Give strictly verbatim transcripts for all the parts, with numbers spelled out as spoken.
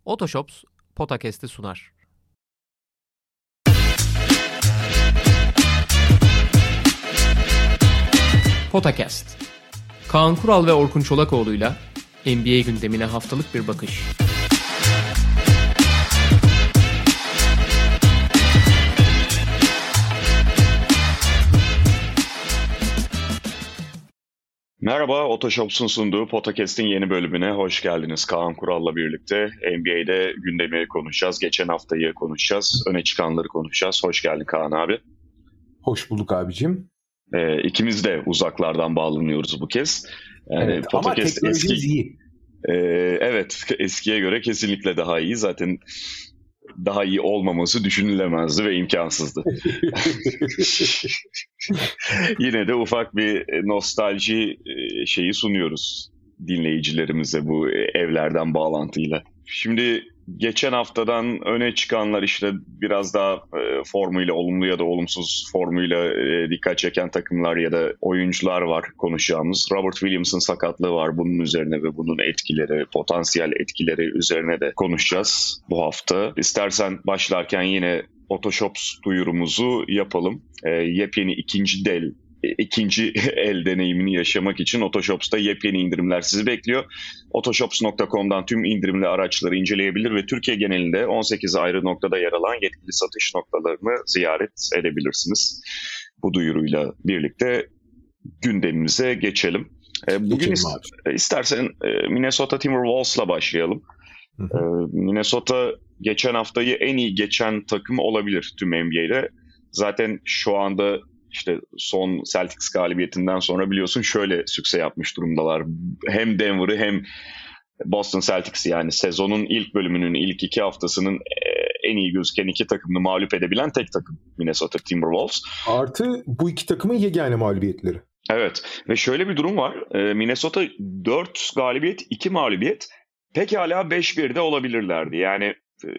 Otoshops Podcast'i sunar. Podcast. Kaan Kural ve Orkun Çolakoğlu'yla N B A gündemine haftalık bir bakış. Merhaba, Otoshops'un sunduğu Podcast'in yeni bölümüne hoş geldiniz. Kaan Kural'la birlikte N B A'de gündemi konuşacağız. Geçen haftayı konuşacağız. Öne çıkanları konuşacağız. Hoş geldin Kaan abi. Hoş bulduk abicim. Ee, ikimiz de uzaklardan bağlanıyoruz bu kez. Yani evet, ama teknolojimiz eski... iyi. Ee, evet, eskiye göre kesinlikle daha iyi. Zaten daha iyi olmaması düşünülemezdi ve imkansızdı. Yine de ufak bir nostalji şeyi sunuyoruz dinleyicilerimize bu evlerden bağlantıyla. Şimdi geçen haftadan öne çıkanlar işte biraz daha e, formuyla olumlu ya da olumsuz formuyla e, dikkat çeken takımlar ya da oyuncular var konuşacağımız. Robert Williams'ın sakatlığı var, bunun üzerine ve bunun etkileri, potansiyel etkileri üzerine de konuşacağız bu hafta. İstersen başlarken yine Otoshops duyurumuzu yapalım. E, yepyeni ikinci del ikinci el deneyimini yaşamak için Otoshops'ta yepyeni indirimler sizi bekliyor. Otoshops nokta com'dan tüm indirimli araçları inceleyebilir ve Türkiye genelinde on sekiz ayrı noktada yer alan yetkili satış noktalarını ziyaret edebilirsiniz. Bu duyuruyla birlikte gündemimize geçelim. Bugün geçelim ist- istersen Minnesota Timberwolves'la başlayalım. Hı hı. Minnesota geçen haftayı en iyi geçen takım olabilir tüm N B A'de. Zaten şu anda İşte son Celtics galibiyetinden sonra biliyorsun şöyle sükse yapmış durumdalar. Hem Denver'ı hem Boston Celtics'i, yani sezonun ilk bölümünün ilk iki haftasının en iyi gözüken iki takımını mağlup edebilen tek takım Minnesota Timberwolves. Artı bu iki takımın yegane mağlubiyetleri. Evet ve şöyle bir durum var. Minnesota dört galibiyet, iki mağlubiyet. Pekala beş birde olabilirlerdi. Yani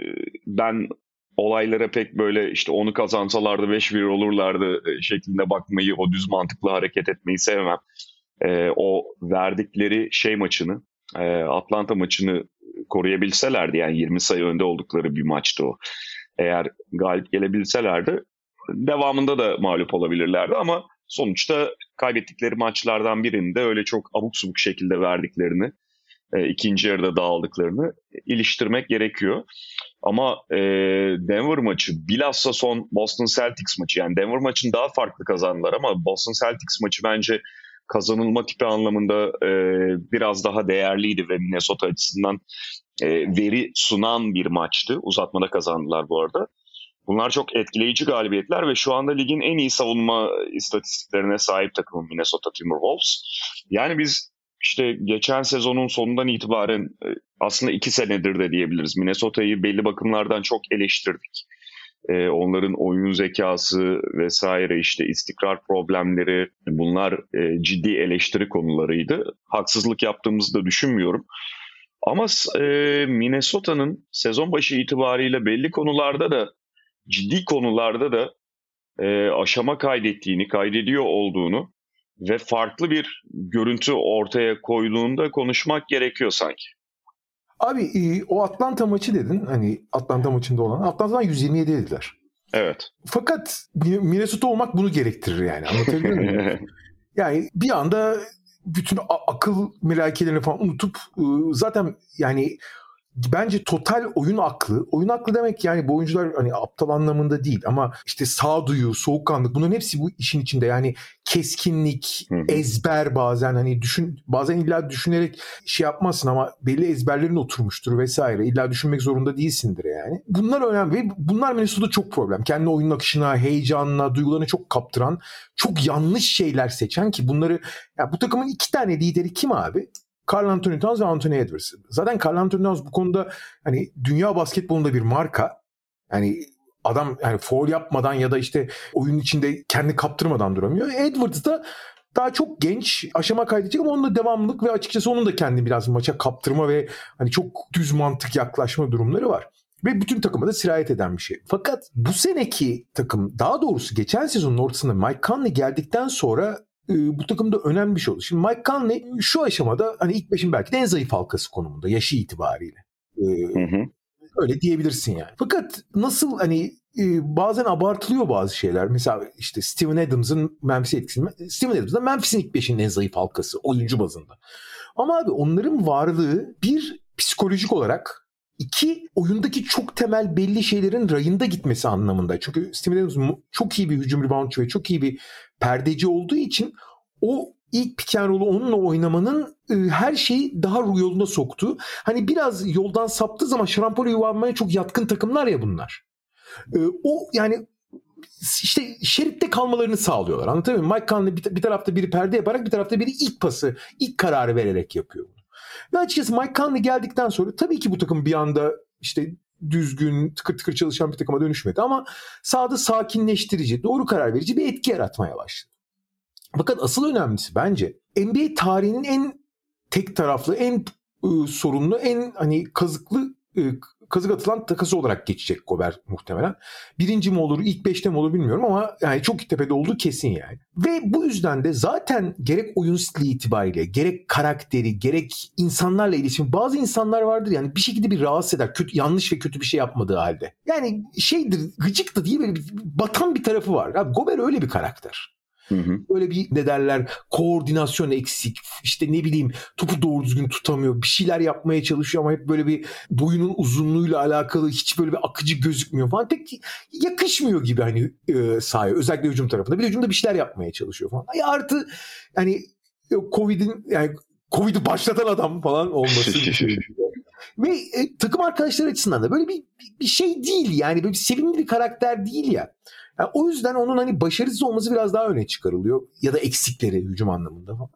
ben olaylara pek böyle işte onu kazansalardı beş bir olurlardı şeklinde bakmayı, o düz mantıklı hareket etmeyi sevmem. Ee, o verdikleri şey maçını, e, Atlanta maçını koruyabilselerdi, yani yirmi sayı önde oldukları bir maçtı o. Eğer galip gelebilselerdi devamında da mağlup olabilirlerdi ama sonuçta kaybettikleri maçlardan birinde öyle çok abuk subuk şekilde verdiklerini, e, ikinci yarıda dağıldıklarını iliştirmek gerekiyor. Ama e, Denver maçı, bilhassa son Boston Celtics maçı, yani Denver maçını daha farklı kazandılar ama Boston Celtics maçı bence kazanılma tipi anlamında e, biraz daha değerliydi ve Minnesota açısından e, veri sunan bir maçtı. Uzatmada kazandılar bu arada. Bunlar çok etkileyici galibiyetler ve şu anda ligin en iyi savunma istatistiklerine sahip takımı Minnesota Timberwolves. Yani biz İşte geçen sezonun sonundan itibaren aslında iki senedir de diyebiliriz, Minnesota'yı belli bakımlardan çok eleştirdik. Ee, onların oyun zekası vesaire, işte istikrar problemleri, bunlar e, ciddi eleştiri konularıydı. Haksızlık yaptığımızı da düşünmüyorum. Ama e, Minnesota'nın sezon başı itibariyle belli konularda da, ciddi konularda da e, aşama kaydettiğini, kaydediyor olduğunu ve farklı bir görüntü ortaya koyduğunda konuşmak gerekiyor sanki. Abi o Atlanta maçı dedin, hani Atlanta maçında olan, Atlanta'dan yüz yirmi yedi yediler. Evet. Fakat Minnesota olmak bunu gerektirir yani, anlatabiliyor muyum? Yani bir anda bütün akıl melekelerini falan unutup zaten yani bence total oyun aklı, oyun aklı demek yani bu oyuncular hani aptal anlamında değil ama işte sağduyu, soğukkanlık, bunların hepsi bu işin içinde. Yani keskinlik, hı hı. ezber, bazen hani düşün, bazen illa düşünerek şey yapmazsın ama belli ezberlerin oturmuştur vesaire. İlla düşünmek zorunda değilsindir yani. Bunlar önemli ve bunlar Minnesota'da çok problem. Kendi oyunun akışına, heyecanına, duygularını çok kaptıran, çok yanlış şeyler seçen ki bunları, ya bu takımın iki tane lideri kim abi? Karl Anthony Towns ve Anthony Edwards. Zaten Karl Anthony Towns bu konuda hani dünya basketbolunda bir marka. Yani adam yani foul yapmadan ya da işte oyunun içinde kendi kaptırmadan duramıyor. Edwards da daha çok genç, aşama kaydedecek ama onun da devamlılık ve açıkçası onun da kendi biraz maça kaptırma ve hani çok düz mantık yaklaşma durumları var. Ve bütün takıma da sirayet eden bir şey. Fakat bu seneki takım, daha doğrusu geçen sezonun ortasında Mike Conley geldikten sonra bu takımda önemli bir şey oldu. Şimdi Mike Conley şu aşamada hani ilk beşin belki de en zayıf halkası konumunda yaşı itibariyle. Hı hı. Öyle diyebilirsin yani. Fakat nasıl hani e, bazen abartılıyor bazı şeyler. Mesela işte Steven Adams'ın Memphis'e etkisi. Steven Adams da Memphis'in ilk beşinin en zayıf halkası oyuncu bazında. Ama abi onların varlığı bir psikolojik olarak, iki oyundaki çok temel belli şeylerin rayında gitmesi anlamında. Çünkü Steven Adams çok iyi bir hücum reboundçu ve çok iyi bir perdeci olduğu için o ilk pick and roll'u onunla oynamanın e, her şeyi daha yoluna soktu. Hani biraz yoldan saptığı zaman şarampole yuvarlamaya çok yatkın takımlar ya bunlar. E, o yani işte şeritte kalmalarını sağlıyorlar. Anlatabiliyor muyum? Mike Conley bir, bir tarafta biri perde yaparak, bir tarafta biri ilk pası, ilk kararı vererek yapıyor bunu. Ve açıkçası Mike Conley geldikten sonra tabii ki bu takım bir anda işte düzgün, tıkır tıkır çalışan bir takıma dönüşmedi ama sahada sakinleştirici, doğru karar verici bir etki yaratmaya başladı. Fakat asıl önemlisi bence N B A tarihinin en tek taraflı, en e, sorunlu, en hani kazıklı e, kazık atılan takası olarak geçecek Gobert muhtemelen. Birinci mi olur, ilk beşte mi olur bilmiyorum ama yani çok tepede olduğu kesin yani. Ve bu yüzden de zaten gerek oyun stili itibariyle, gerek karakteri, gerek insanlarla iletişim, bazı insanlar vardır yani bir şekilde bir rahatsız eder. Kötü, yanlış ve kötü bir şey yapmadığı halde. Yani şeydir, gıcıktı diye böyle bir, batan bir tarafı var. Abi, Gobert öyle bir karakter. Hı hı. Böyle bir ne derler, koordinasyon eksik, işte ne bileyim topu doğru düzgün tutamıyor, bir şeyler yapmaya çalışıyor ama hep böyle bir boyunun uzunluğuyla alakalı hiç böyle bir akıcı gözükmüyor falan, pek yakışmıyor gibi hani e, sahaya, özellikle hücum tarafında. Bir de hücumda bir şeyler yapmaya çalışıyor falan. Ay artı yani Covid'in yani Covid'i başlatan adam falan olması ve e, takım arkadaşları açısından da böyle bir, bir şey değil yani, böyle bir sevimli bir karakter değil ya. Yani o yüzden onun hani başarısız olması biraz daha öne çıkarılıyor. Ya da eksikleri hücum anlamında falan.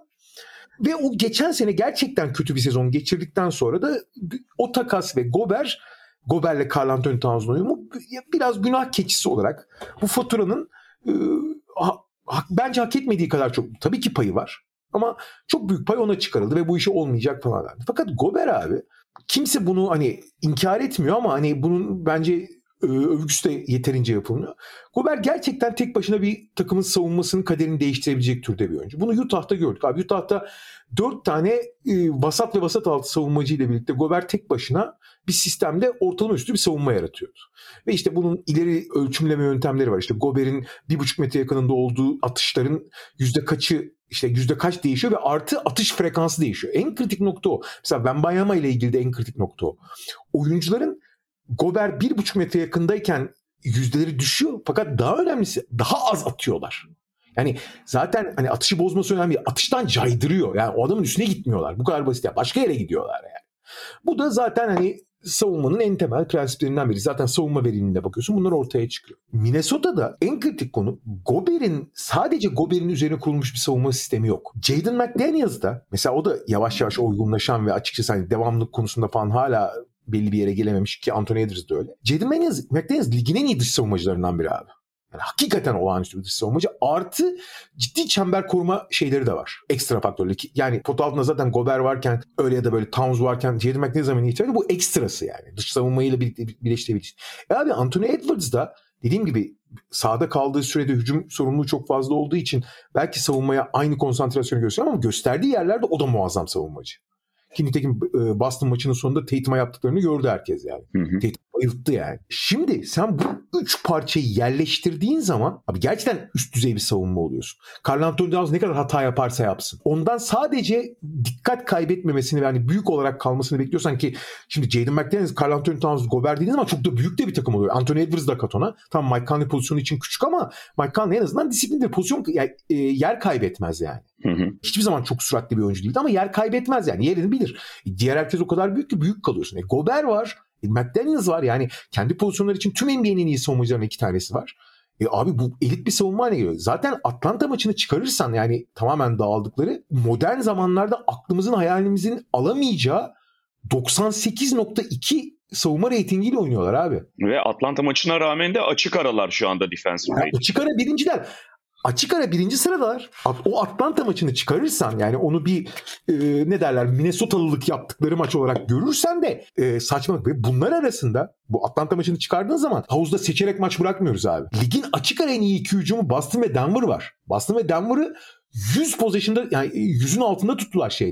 Ve o geçen sene gerçekten kötü bir sezon geçirdikten sonra da o takas ve Gobert, Gobert'le Karl Anthony Towns'un uyumu biraz günah keçisi olarak bu faturanın e, ha, bence hak etmediği kadar çok tabii ki payı var. Ama çok büyük pay ona çıkarıldı ve bu işi olmayacak falan. Fakat Gobert abi, kimse bunu hani inkar etmiyor ama hani bunun bence övgüsü de yeterince yapılmıyor. Gobert gerçekten tek başına bir takımın savunmasının kaderini değiştirebilecek türde bir oyuncu. Bunu Utah'ta gördük abi. Utah'ta dört tane e, vasat ve vasat altı savunmacı ile birlikte Gobert tek başına bir sistemde ortalama üstü bir savunma yaratıyordu. Ve işte bunun ileri ölçümleme yöntemleri var. İşte Gobert'in bir buçuk metre yakınında olduğu atışların yüzde kaçı, işte yüzde kaç değişiyor ve artı atış frekansı değişiyor. En kritik nokta o. Mesela Wembanyama ile ilgili de en kritik nokta o. Oyuncuların Gobert bir buçuk metre yakındayken yüzdeleri düşüyor fakat daha önemlisi daha az atıyorlar. Yani zaten hani atışı bozması önemli. Atıştan caydırıyor. Yani o adamın üstüne gitmiyorlar. Bu kadar basit. Yani başka yere gidiyorlar yani. Bu da zaten hani savunmanın en temel prensiplerinden biri. Zaten savunma verimine bakıyorsun, bunlar ortaya çıkıyor. Minnesota'da en kritik konu Gobert'in, sadece Gobert'in üzerine kurulmuş bir savunma sistemi yok. Jaden McDaniels'da mesela, o da yavaş yavaş olgunlaşan ve açıkçası hani devamlılık konusunda falan hala belli bir yere gelememiş ki Anthony Edwards da öyle. Jaden McDaniels ligin en iyi dış savunmacılarından biri abi. Yani hakikaten olağanüstü bir dış savunmacı. Artı ciddi çember koruma şeyleri de var. Ekstra faktörleri. Yani pot altında zaten Gobert varken, öyle ya da böyle Towns varken Jaden McDaniels'ın ihtiyacı bu ekstrası yani. Dış savunmayla birleştirebilir. E abi Anthony Edwards da dediğim gibi sahada kaldığı sürede hücum sorumluluğu çok fazla olduğu için belki savunmaya aynı konsantrasyonu gösteriyor ama gösterdiği yerlerde o da muazzam savunmacı. Ki nitekim Boston maçının sonunda Tatum'a yaptıklarını gördü herkes yani. Hı hı. Tatum bayılttı yani. Şimdi sen bu üç parçayı yerleştirdiğin zaman abi gerçekten üst düzey bir savunma oluyorsun. Karl Anthony Towns ne kadar hata yaparsa yapsın, ondan sadece dikkat kaybetmemesini ve yani büyük olarak kalmasını bekliyorsan, ki şimdi Jaden McDaniels, Karl Anthony Towns, Gobert dediğin zaman çok da büyük de bir takım oluyor. Anthony Edwards da kat ona. Tamam, Mike Conley pozisyonu için küçük ama Mike Conley en azından disiplinli bir pozisyon, yani, e, yer kaybetmez yani. Hı hı. Hiçbir zaman çok süratli bir oyuncu değildi ama yer kaybetmez yani, yerini bilir. Diğer herkes o kadar büyük ki büyük kalıyorsun. E, Gobert var, e, McDaniels var, yani kendi pozisyonları için tüm N B A'nin en iyi savunmacılarından iki tanesi var. E, abi bu elit bir savunma haline geliyor. Zaten Atlanta maçını çıkarırsan yani tamamen dağıldıkları, modern zamanlarda aklımızın hayalimizin alamayacağı doksan sekiz nokta iki savunma reytingiyle oynuyorlar abi. Ve Atlanta maçına rağmen de açık aralar şu anda defensive rating. Açık ara birinciler. Açık ara birinci sıradalar. O Atlanta maçını çıkarırsan, yani onu bir e, ne derler Minnesota'lılık yaptıkları maç olarak görürsen de e, saçmalık. Ve bunlar arasında bu Atlanta maçını çıkardığın zaman havuzda seçerek maç bırakmıyoruz abi. Ligin açık ara en iyi iki hücumu Boston ve Denver var. Boston ve Denver'ı yüz possession'da, yani yüzün altında tuttular şeyde.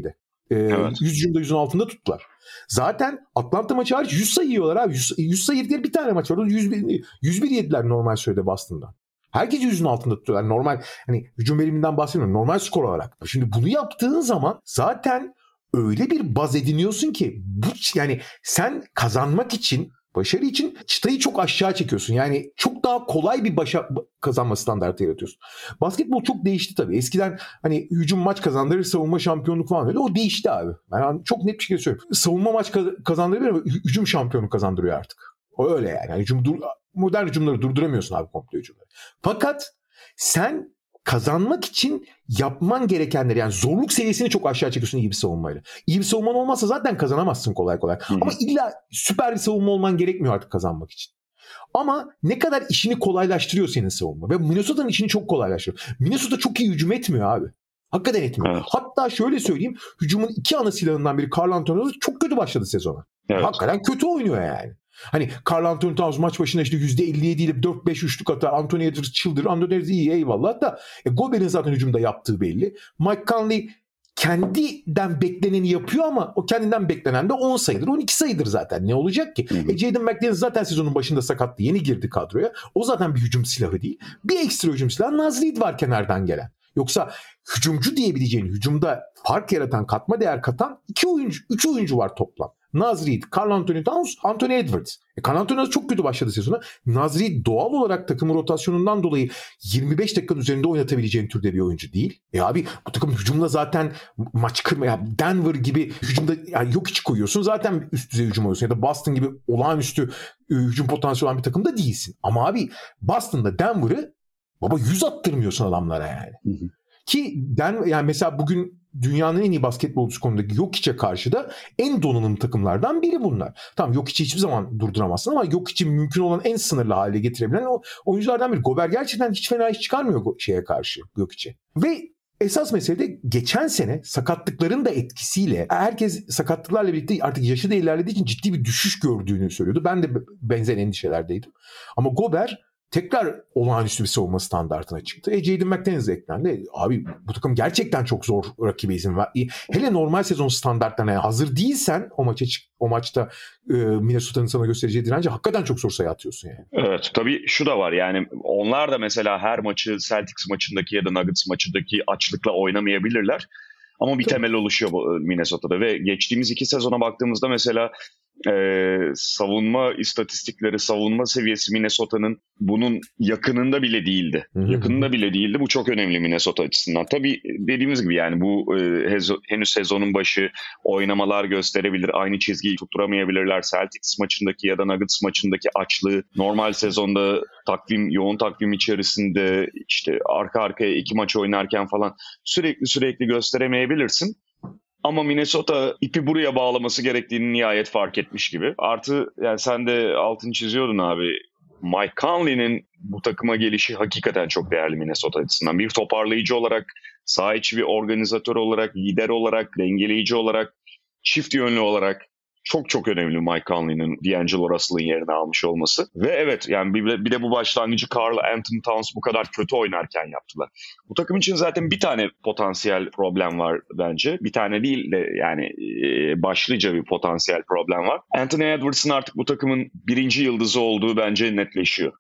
Ee, evet. yüz hücumda yüzün altında tuttular. Zaten Atlanta maçı hariç yüz sayı yiyorlar abi. yüz, yüz sayı yedikleri bir tane maç var. yüz bir, yüz bir yediler normal sürede Boston'dan. Herkes yüzün altında tutuyorlar. Normal hani hücum veriminden bahsetmiyorum. Normal skor olarak. Şimdi bunu yaptığın zaman zaten öyle bir baz ediniyorsun ki bu yani sen kazanmak için, başarı için çıtayı çok aşağı çekiyorsun. Yani çok daha kolay bir başa kazanma standartı yaratıyorsun. Basketbol çok değişti tabii. Eskiden hani hücum maç kazandırır, savunma şampiyonluk falan öyle. O değişti abi. Ben çok net bir şey söylüyorum. Savunma maç kazandırabilir ama hücum şampiyonluk kazandırıyor artık. O öyle yani. yani hücum dur, modern hücumları durduramıyorsun abi, komple hücumları. Fakat sen kazanmak için yapman gerekenleri, yani zorluk seviyesini çok aşağı çekiyorsun iyi bir savunmayla. İyi bir savunman olmazsa zaten kazanamazsın kolay kolay. Hı-hı. Ama illa süper bir savunma olman gerekmiyor artık kazanmak için. Ama ne kadar işini kolaylaştırıyor senin savunma. Ve Minnesota'nın işini çok kolaylaştırıyor. Minnesota çok iyi hücum etmiyor abi. Hakikaten etmiyor. Evet. Hatta şöyle söyleyeyim, hücumun iki ana silahından biri Karl Anthony Towns çok kötü başladı sezona. Evet. Hakikaten kötü oynuyor yani. Hani Karl Anthony Towns maç başına işte yüzde elli yedi ile dört beş üçlük atar. Anthony Edwards çıldırır. Anthony Edwards iyi, eyvallah da e, Gobert'in zaten hücumda yaptığı belli. Mike Conley kendinden bekleneni yapıyor ama o kendinden beklenen de on sayıdır, on iki sayıdır zaten. Ne olacak ki? E, Jaden McDaniels zaten sezonun başında sakattı. Yeni girdi kadroya. O zaten bir hücum silahı değil. Bir ekstra hücum silahı Naz Reid var kenardan gelen. Yoksa hücumcu diyebileceğin, hücumda fark yaratan, katma değer katan iki oyuncu, üç oyuncu var toplam. Naz Reid, Karl Anthony Towns, Anthony Edwards. E, Karl Anthony Towns çok kötü başladı sezona. Naz Reid doğal olarak takımın rotasyonundan dolayı yirmi beş dakikanın üzerinde oynatabileceğin türde bir oyuncu değil. E abi bu takım hücumda zaten maç kırma, ya Denver gibi hücumda yani yok hiç koyuyorsun. Zaten üst düzey hücum oynuyorsun. Ya da Boston gibi olağanüstü e, hücum potansiyeli olan bir takımda değilsin. Ama abi Boston'da Denver'ı baba yüz attırmıyorsun adamlara yani. Hı hı. Ki Den, yani mesela bugün dünyanın en iyi basketbolcusu konumundaki Jokic'e karşı da en donanımlı takımlardan biri bunlar. Tamam, Jokic'i hiçbir zaman durduramazsın ama Jokic'i mümkün olan en sınırlı hale getirebilen o oyunculardan biri. Gobert gerçekten hiç fena iş çıkarmıyor şeye karşı, Jokic'e. Ve esas mesele de geçen sene sakatlıkların da etkisiyle herkes sakatlıklarla birlikte artık yaşı da ilerlediği için ciddi bir düşüş gördüğünü söylüyordu. Ben de benzer endişelerdeydim. Ama Gobert tekrar olağanüstü bir savunma standartına çıktı. E, Jaden McDaniels eklendi. Abi bu takım gerçekten çok zor rakibe izin var. Hele normal sezon standartlarına yani hazır değilsen o maça o maçta e, Minnesota'nın sana göstereceği direnci hakikaten çok zor sayı atıyorsun yani. Evet, tabii şu da var yani onlar da mesela her maçı Celtics maçındaki ya da Nuggets maçındaki açlıkla oynamayabilirler. Ama bir tabii temel oluşuyor Minnesota'da ve geçtiğimiz iki sezona baktığımızda mesela Ee, savunma istatistikleri, savunma seviyesi Minnesota'nın bunun yakınında bile değildi. Hı-hı. Yakınında bile değildi. Bu çok önemli Minnesota açısından. Tabii dediğimiz gibi yani bu e, hezo, henüz sezonun başı oynamalar gösterebilir. Aynı çizgiyi tutturamayabilirler. Celtics maçındaki ya da Nuggets maçındaki açlığı normal sezonda takvim, yoğun takvim içerisinde işte arka arkaya iki maç oynarken falan sürekli sürekli gösteremeyebilirsin. Ama Minnesota ipi buraya bağlaması gerektiğini nihayet fark etmiş gibi. Artı yani sen de altını çiziyordun abi. Mike Conley'nin bu takıma gelişi hakikaten çok değerli Minnesota açısından. Bir toparlayıcı olarak, saha içi bir organizatör olarak, lider olarak, dengeleyici olarak, çift yönlü olarak çok çok önemli Mike Conley'nin D'Angelo Russell'ın yerini almış olması. Ve evet yani bir de, bir de bu başlangıcı Karl Anthony Towns bu kadar kötü oynarken yaptılar. Bu takım için zaten bir tane potansiyel problem var bence. Bir tane değil de yani e, başlıca bir potansiyel problem var. Anthony Edwards'ın artık bu takımın birinci yıldızı olduğu bence netleşiyor.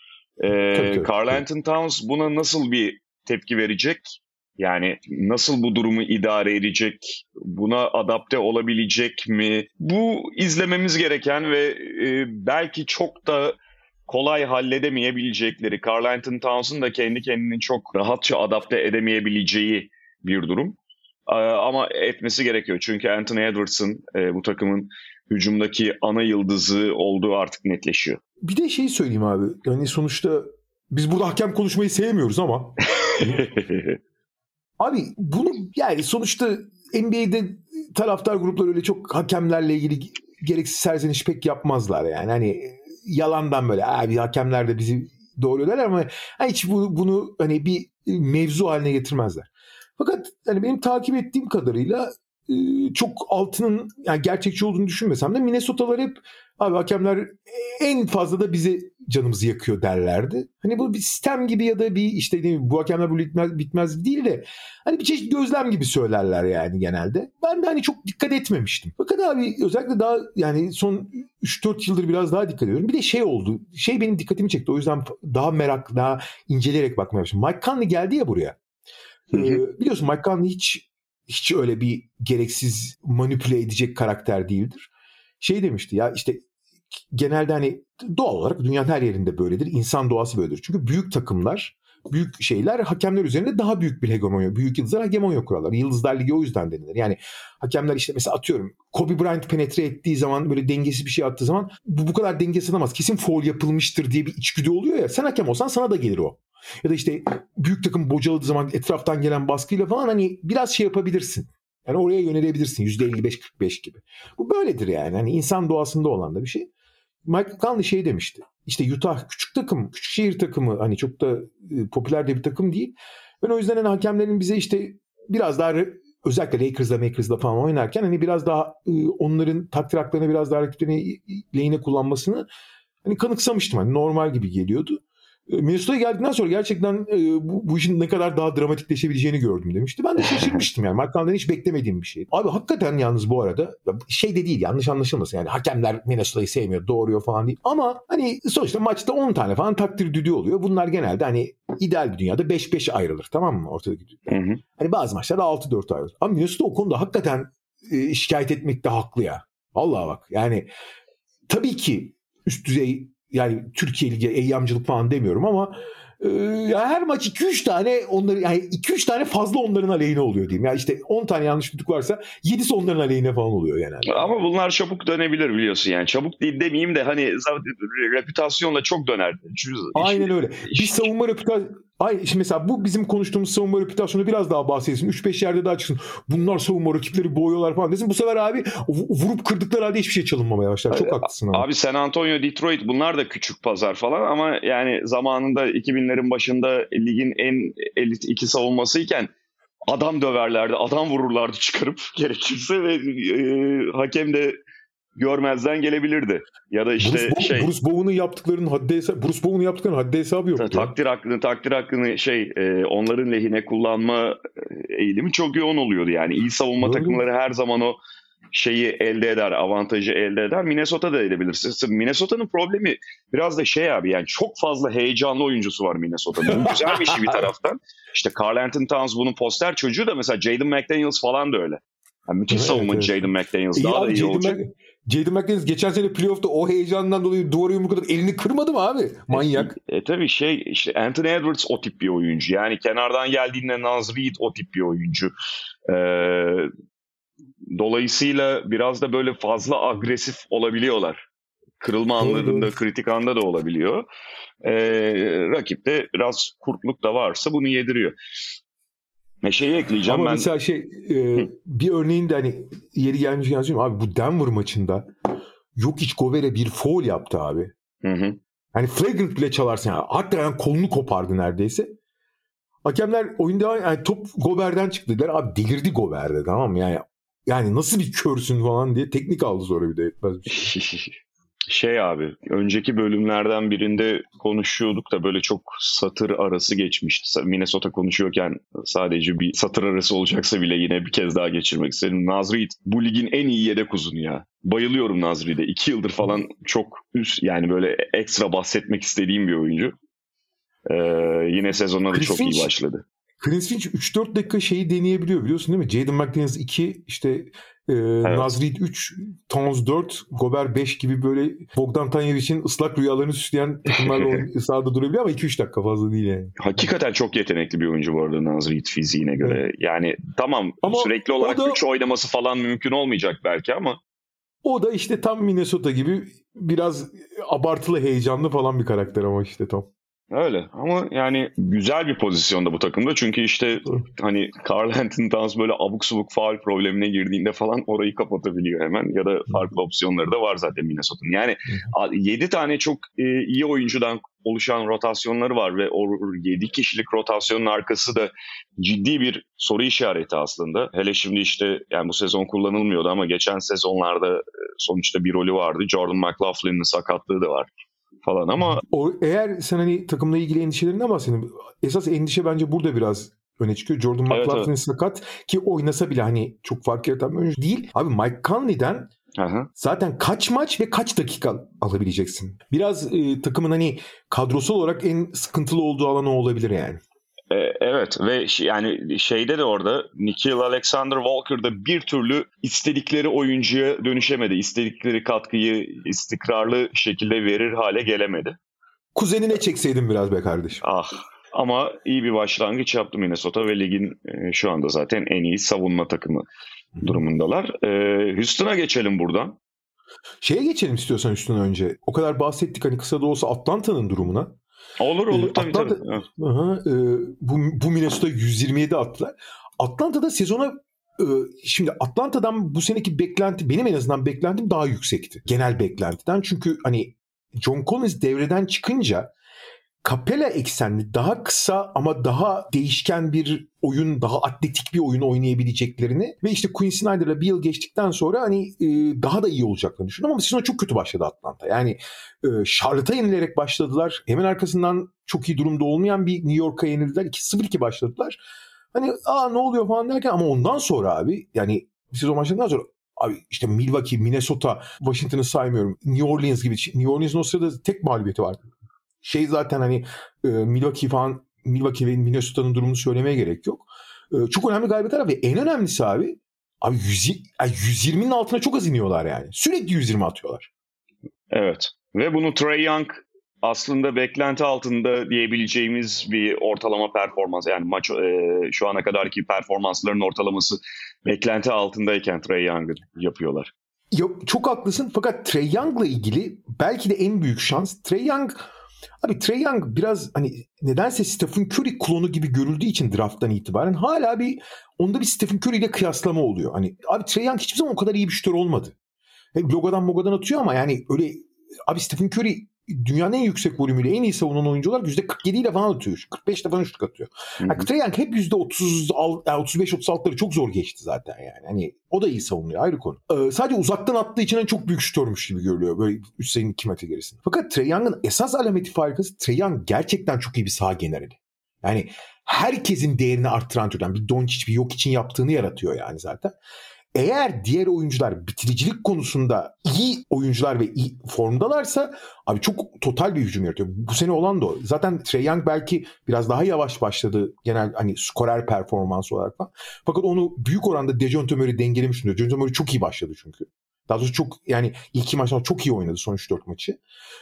E, tabii, tabii, Karl tabii. Anthony Towns buna nasıl bir tepki verecek? Yani nasıl bu durumu idare edecek, buna adapte olabilecek mi? Bu izlememiz gereken ve e, belki çok da kolay halledemeyebilecekleri, Karl Anthony Towns'un da kendi kendini çok rahatça adapte edemeyebileceği bir durum. E, ama etmesi gerekiyor çünkü Anthony Edwards'ın e, bu takımın hücumdaki ana yıldızı olduğu artık netleşiyor. Bir de şey söyleyeyim abi, yani sonuçta biz burada hakem konuşmayı sevmiyoruz ama... Abi bunu yani sonuçta N B A'de taraftar grupları öyle çok hakemlerle ilgili gereksiz serzeniş pek yapmazlar yani. Hani yalandan böyle abi hakemler de bizi doğruyorlar ama hiç bunu, bunu hani bir mevzu haline getirmezler. Fakat hani benim takip ettiğim kadarıyla çok altının yani gerçekçi olduğunu düşünmesem de Minnesota'lar hep Abi hakemler en fazla da bize canımızı yakıyor derlerdi. Hani bu bir sistem gibi ya da bir işte değil mi, bu hakemler böyle bitmez, bitmez değil de hani bir çeşit gözlem gibi söylerler yani genelde. Ben de hani çok dikkat etmemiştim. Fakat abi özellikle daha yani son üç dört yıldır biraz daha dikkat ediyorum. Bir de şey oldu. Şey benim dikkatimi çekti. O yüzden daha merak, daha inceleyerek bakmaya başladım. Mike Conley geldi ya buraya. Ee, biliyorsun Mike Conley hiç hiç öyle bir gereksiz manipüle edecek karakter değildir. Şey demişti ya işte genelde hani doğal olarak dünyanın her yerinde böyledir. İnsan doğası böyledir. Çünkü büyük takımlar, büyük şeyler hakemler üzerinde daha büyük bir hegemonya, büyük yıldızlar hegemonya kurarlar. Yıldızlar Ligi o yüzden denilir. Yani hakemler işte mesela atıyorum Kobe Bryant penetre ettiği zaman böyle dengesiz bir şey attığı zaman bu bu kadar dengesiz atamaz. Kesin foul yapılmıştır diye bir içgüdü oluyor ya. Sen hakem olsan sana da gelir o. Ya da işte büyük takım bocaladığı zaman etraftan gelen baskıyla falan hani biraz şey yapabilirsin. Yani oraya yönelebilirsin yüzde elli beş kırk beş gibi. Bu böyledir yani. Hani insan doğasında olan da bir şey. Michael Conley şey demişti. İşte Utah küçük takım, küçük şehir takımı hani çok da e, popüler de bir takım değil. Ben o yüzden hani hakemlerin bize işte biraz daha özellikle Lakers'la Lakers'la falan oynarken hani biraz daha e, onların takdir haklarını biraz daha rakiplerini lehine kullanmasını hani kanıksamıştım. Hani normal gibi geliyordu. Minnesota'ya geldikten sonra gerçekten e, bu, bu işin ne kadar daha dramatikleşebileceğini gördüm demişti. Ben de şaşırmıştım yani. Mike Conley'den hiç beklemediğim bir şey. Abi hakikaten yalnız bu arada şey de değil, yanlış anlaşılmasın. Yani hakemler Minnesota'yı sevmiyor, doğuruyor falan değil. Ama hani sonuçta maçta on tane falan takdir düdüğü oluyor. Bunlar genelde hani ideal bir dünyada beş beş ayrılır, tamam mı ortadaki düdükler. Hı hı. Hani bazı maçlarda altı dört ayrılır. Ama Minnesota o konuda hakikaten e, şikayet etmekte haklı ya. Vallahi bak yani tabii ki üst düzey yani Türkiye Ligi eyyamcılık falan demiyorum ama e, ya her maç iki üç tane onları yani iki üç tane fazla onların aleyhine oluyor diyeyim. Yani işte on tane yanlış düdük varsa yedisi onların aleyhine falan oluyor genelde. Ama bunlar çabuk dönebilir biliyorsun yani. Çabuk değil demeyeyim de hani reputasyonla çok döner. Çünkü aynen işte, öyle. Bir savunma reputasyonu Ay şimdi mesela bu bizim konuştuğumuz savunma reputasyonu biraz daha bahsetsin. üç beş yerde daha çıksın. Bunlar savunma rakipleri boğuyorlar falan desin. Bu sefer abi vurup kırdıkları halde hiçbir şey çalınmamaya başlar. Çok haklısın ama. Abi San Antonio, Detroit bunlar da küçük pazar falan ama yani zamanında iki binlerin başında ligin en elit iki savunmasıyken adam döverlerdi, adam vururlardı çıkarıp gerekirse ve e, hakem de görmezden gelebilirdi. Ya da işte Bruce Bo- şey Bruce Bowen'ın yaptıklarının haddi hesabı Bruce Bowen'ın yaptıklarının haddi hesabı yok. Takdir hakkını takdir hakkını şey e, onların lehine kullanma eğilimi çok yoğun oluyordu. Yani iyi savunma Öyle. takımları her zaman o şeyi elde eder, avantajı elde eder. Minnesota da edebilir. Minnesota'nın problemi biraz da şey abi yani çok fazla heyecanlı oyuncusu var Minnesota'nın. Bu güzel bir şey bir taraftan. İşte Karl Anthony Towns bunun poster çocuğu da mesela Jaden McDaniels falan da öyle. Yani müthiş evet, savunma evet. Jaden McDaniels daha da iyi Jaden olacak. Mac- Jaden McDaniels geçen sene playoff'ta o heyecandan dolayı duvara yumruk atıp elini kırmadı mı abi? Manyak. E, e tabii şey işte Anthony Edwards o tip bir oyuncu. Yani kenardan geldiğinde Naz Reid o tip bir oyuncu. Ee, dolayısıyla biraz da böyle fazla agresif olabiliyorlar. Kırılma anlarında, kritik anda da olabiliyor. Ee, rakipte biraz kurtluk da varsa bunu yediriyor. Ne şeyi ekleyeceğim Ama ben. mesela şey e, bir örneğin de hani yeri gelmiş yazıyorum abi bu Denver maçında Jokic Gobert'e bir foul yaptı abi. Hı hı. Hani flagrant bile çalarsın yani. Hakikaten kolunu kopardı neredeyse. Hakemler oyunda yani top Gobert'den çıktı dediler. Abi delirdi Gobert'de, tamam mı? Yani yani nasıl bir körsün falan diye teknik aldı sonra bir de etmez bir şey. Şey abi önceki bölümlerden birinde konuşuyorduk da böyle çok satır arası geçmişti. Minnesota konuşuyorken sadece bir satır arası olacaksa bile yine bir kez daha geçirmek istedim. Naz Reid bu ligin en iyi yedek uzunu ya. Bayılıyorum Naz Reid'e. İki yıldır falan çok üst yani böyle ekstra bahsetmek istediğim bir oyuncu. Ee, yine sezona da çok iyi başladı. Chris Finch üç dört dakika şeyi deneyebiliyor biliyorsun değil mi? Jaden McDaniels iki işte e, evet. Naz Reid üç, Towns dört, Gobert beş gibi böyle Bogdan Tanjevic'in ıslak rüyalarını süsleyen takımlarla sahada durabiliyor ama iki üç dakika fazla değil yani. Hakikaten çok yetenekli bir oyuncu bu arada Naz Reid fiziğine göre. Evet. Yani tamam ama sürekli olarak üç oynaması falan mümkün olmayacak belki ama. O da işte tam Minnesota gibi biraz abartılı heyecanlı falan bir karakter ama işte tam. Öyle ama yani güzel bir pozisyonda bu takımda çünkü işte hani Karl Anthony Towns böyle abuk subuk faul problemine girdiğinde falan orayı kapatabiliyor hemen ya da farklı opsiyonları da var zaten Minnesota'nın. Yani yedi tane çok iyi oyuncudan oluşan rotasyonları var ve o yedi kişilik rotasyonun arkası da ciddi bir soru işareti aslında. Hele şimdi işte yani bu sezon kullanılmıyordu ama geçen sezonlarda sonuçta bir rolü vardı. Jordan McLaughlin'in sakatlığı da var falan ama... O, eğer sen hani takımla ilgili endişelerinden bahsedin. Esas endişe bence burada biraz öne çıkıyor. Jordan evet, McLaughlin evet. sakat ki oynasa bile hani çok fark yaratan bir oyuncu değil. Abi Mike Conley'den Aha. zaten kaç maç ve kaç dakika alabileceksin? Biraz e, takımın hani kadrosal olarak en sıkıntılı olduğu alan o olabilir yani. Evet ve yani şeyde de orada Nickeil Alexander-Walker'da bir türlü istedikleri oyuncuya dönüşemedi. İstedikleri katkıyı istikrarlı şekilde verir hale gelemedi. Kuzenine çekseydin biraz be kardeşim. Ah ama iyi bir başlangıç yaptı Minnesota ve ligin şu anda zaten en iyi savunma takımı durumundalar. Houston'a geçelim buradan. Şeye geçelim istiyorsan Houston'a önce. O kadar bahsettik hani kısa da olsa Atlanta'nın durumuna. Olur olur tabii Atlanta, tabii. Evet. Aha, e, bu, bu Minnesota yüz yirmi yedi attılar. Atlanta'da sezona e, şimdi Atlanta'dan bu seneki beklenti benim en azından beklentim daha yüksekti. Genel beklentiden. Çünkü hani John Collins devreden çıkınca Capela eksenli daha kısa ama daha değişken bir oyun, daha atletik bir oyun oynayabileceklerini ve işte Quinn Snyder'la bir yıl geçtikten sonra hani e, daha da iyi olacaklarını düşünüyorum ama sezon çok kötü başladı Atlanta. Yani e, Charlotte'a yenilerek başladılar. Hemen arkasından çok iyi durumda olmayan bir New York'a yenildiler. iki sıfır iki başladılar. Hani aa ne oluyor falan derken ama ondan sonra abi yani sezon başladıktan sonra abi işte Milwaukee, Minnesota, Washington'ı saymıyorum. New Orleans gibi. New Orleans'ın o sırada tek mağlubiyeti vardı. Şey zaten hani e, Milwaukee falan Milwaukee ve Minnesota'nın durumunu söylemeye gerek yok. E, çok önemli galibiyetler ve en önemlisi abi abi yüz, yüz yirminin altına çok az iniyorlar yani. Sürekli yüz yirmi atıyorlar. Evet. Ve bunu Trae Young aslında beklenti altında diyebileceğimiz bir ortalama performans. Yani maç e, şu ana kadarki performansların ortalaması beklenti altındayken Trae Young'ı yapıyorlar. Yok, çok haklısın fakat Trae Young'la ilgili belki de en büyük şans Trae Young. Abi Trae Young biraz hani nedense Stephen Curry klonu gibi görüldüğü için drafttan itibaren hala bir onda bir Stephen Curry ile kıyaslama oluyor. Hani abi Trae Young hiçbir zaman o kadar iyi bir şütör olmadı. Hem logodan mogodan atıyor ama yani öyle abi Stephen Curry dünyanın en yüksek volümüyle en iyi savunan oyuncu olarak yüzde kırk yedi ile falan atıyor. kırk beşte falan şut atıyor. Yani Trae Young hep yüzde otuz, otuz beş otuz altıları çok zor geçti zaten yani. Hani o da iyi savunuyor ayrı konu. Ee, sadece uzaktan attığı için çok büyük şütörmüş gibi görülüyor. Böyle üç sayının iki metre gerisinde. Fakat Trae Young'ın esas alameti farikası Trae Young gerçekten çok iyi bir saha generali. Yani herkesin değerini arttıran türden bir Doncic bir yok için yaptığını yaratıyor yani zaten. Eğer diğer oyuncular bitiricilik konusunda iyi oyuncular ve iyi formdalarsa abi çok total bir hücum yaratıyor. Bu sene olan da o. Zaten Trae Young belki biraz daha yavaş başladı genel hani skorer performans olarak falan. Fakat onu büyük oranda Dejounte Murray dengelemiş diyor. Dejounte Murray çok iyi başladı çünkü. Daha doğrusu çok yani ilk iki maçta çok iyi oynadı son üç dört maçı.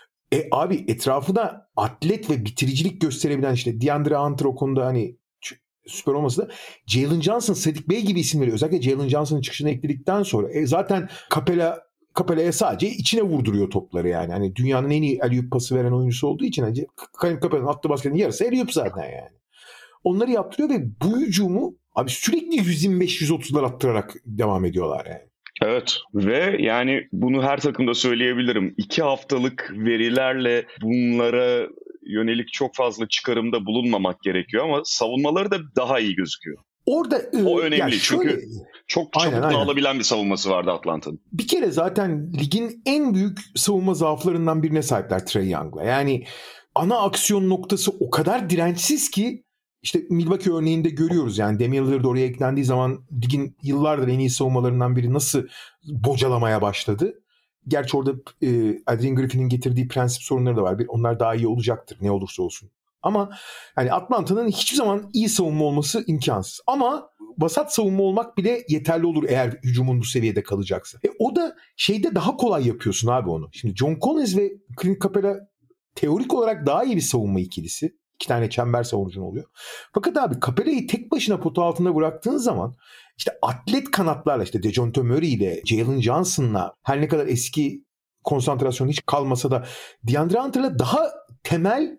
E abi etrafında atlet ve bitiricilik gösterebilen işte DeAndre Hunter o konuda hani süper olmasa da Jalen Johnson, Sadiq Bey gibi isimleri özellikle Jalen Johnson'ın çıkışını ekledikten sonra e, zaten Capela Capela'ya sadece içine vurduruyor topları yani. Hani dünyanın en iyi alley-oop pası veren oyuncusu olduğu için hani Capela'nın attığı basketin yarısı alley-oop zaten yani. Onları yaptırıyor ve bu hücumu abi sürekli yüz yirmi beş yüz otuzlar attırarak devam ediyorlar yani. Evet ve yani bunu her takımda söyleyebilirim. İki haftalık verilerle bunlara yönelik çok fazla çıkarımda bulunmamak gerekiyor ama savunmaları da daha iyi gözüküyor. Orada o önemli şöyle, çünkü çok çabuk aynen, dağılabilen aynen. bir savunması vardı Atlanta'nın. Bir kere zaten ligin en büyük savunma zaaflarından birine sahipler Trae Young'la. Yani ana aksiyon noktası o kadar dirençsiz ki işte Milwaukee örneğinde görüyoruz yani Damian Lillard oraya eklendiği zaman ligin yıllardır en iyi savunmalarından biri nasıl bocalamaya başladı. Gerçi orada e, Adrian Griffin'in getirdiği prensip sorunları da var. Bir, onlar daha iyi olacaktır ne olursa olsun. Ama yani Atlanta'nın hiçbir zaman iyi savunma olması imkansız. Ama vasat savunma olmak bile yeterli olur eğer hücumun bu seviyede kalacaksa. E, o da şeyde daha kolay yapıyorsun abi onu. Şimdi John Collins ve Clint Capela teorik olarak daha iyi bir savunma ikilisi. İki tane çember savunucun oluyor. Fakat abi Capela'yı tek başına pota altında bıraktığın zaman işte atlet kanatlarla işte Dejounte Murray ile Jalen Johnson'la her ne kadar eski konsantrasyon hiç kalmasa da DeAndre Hunter'la daha temel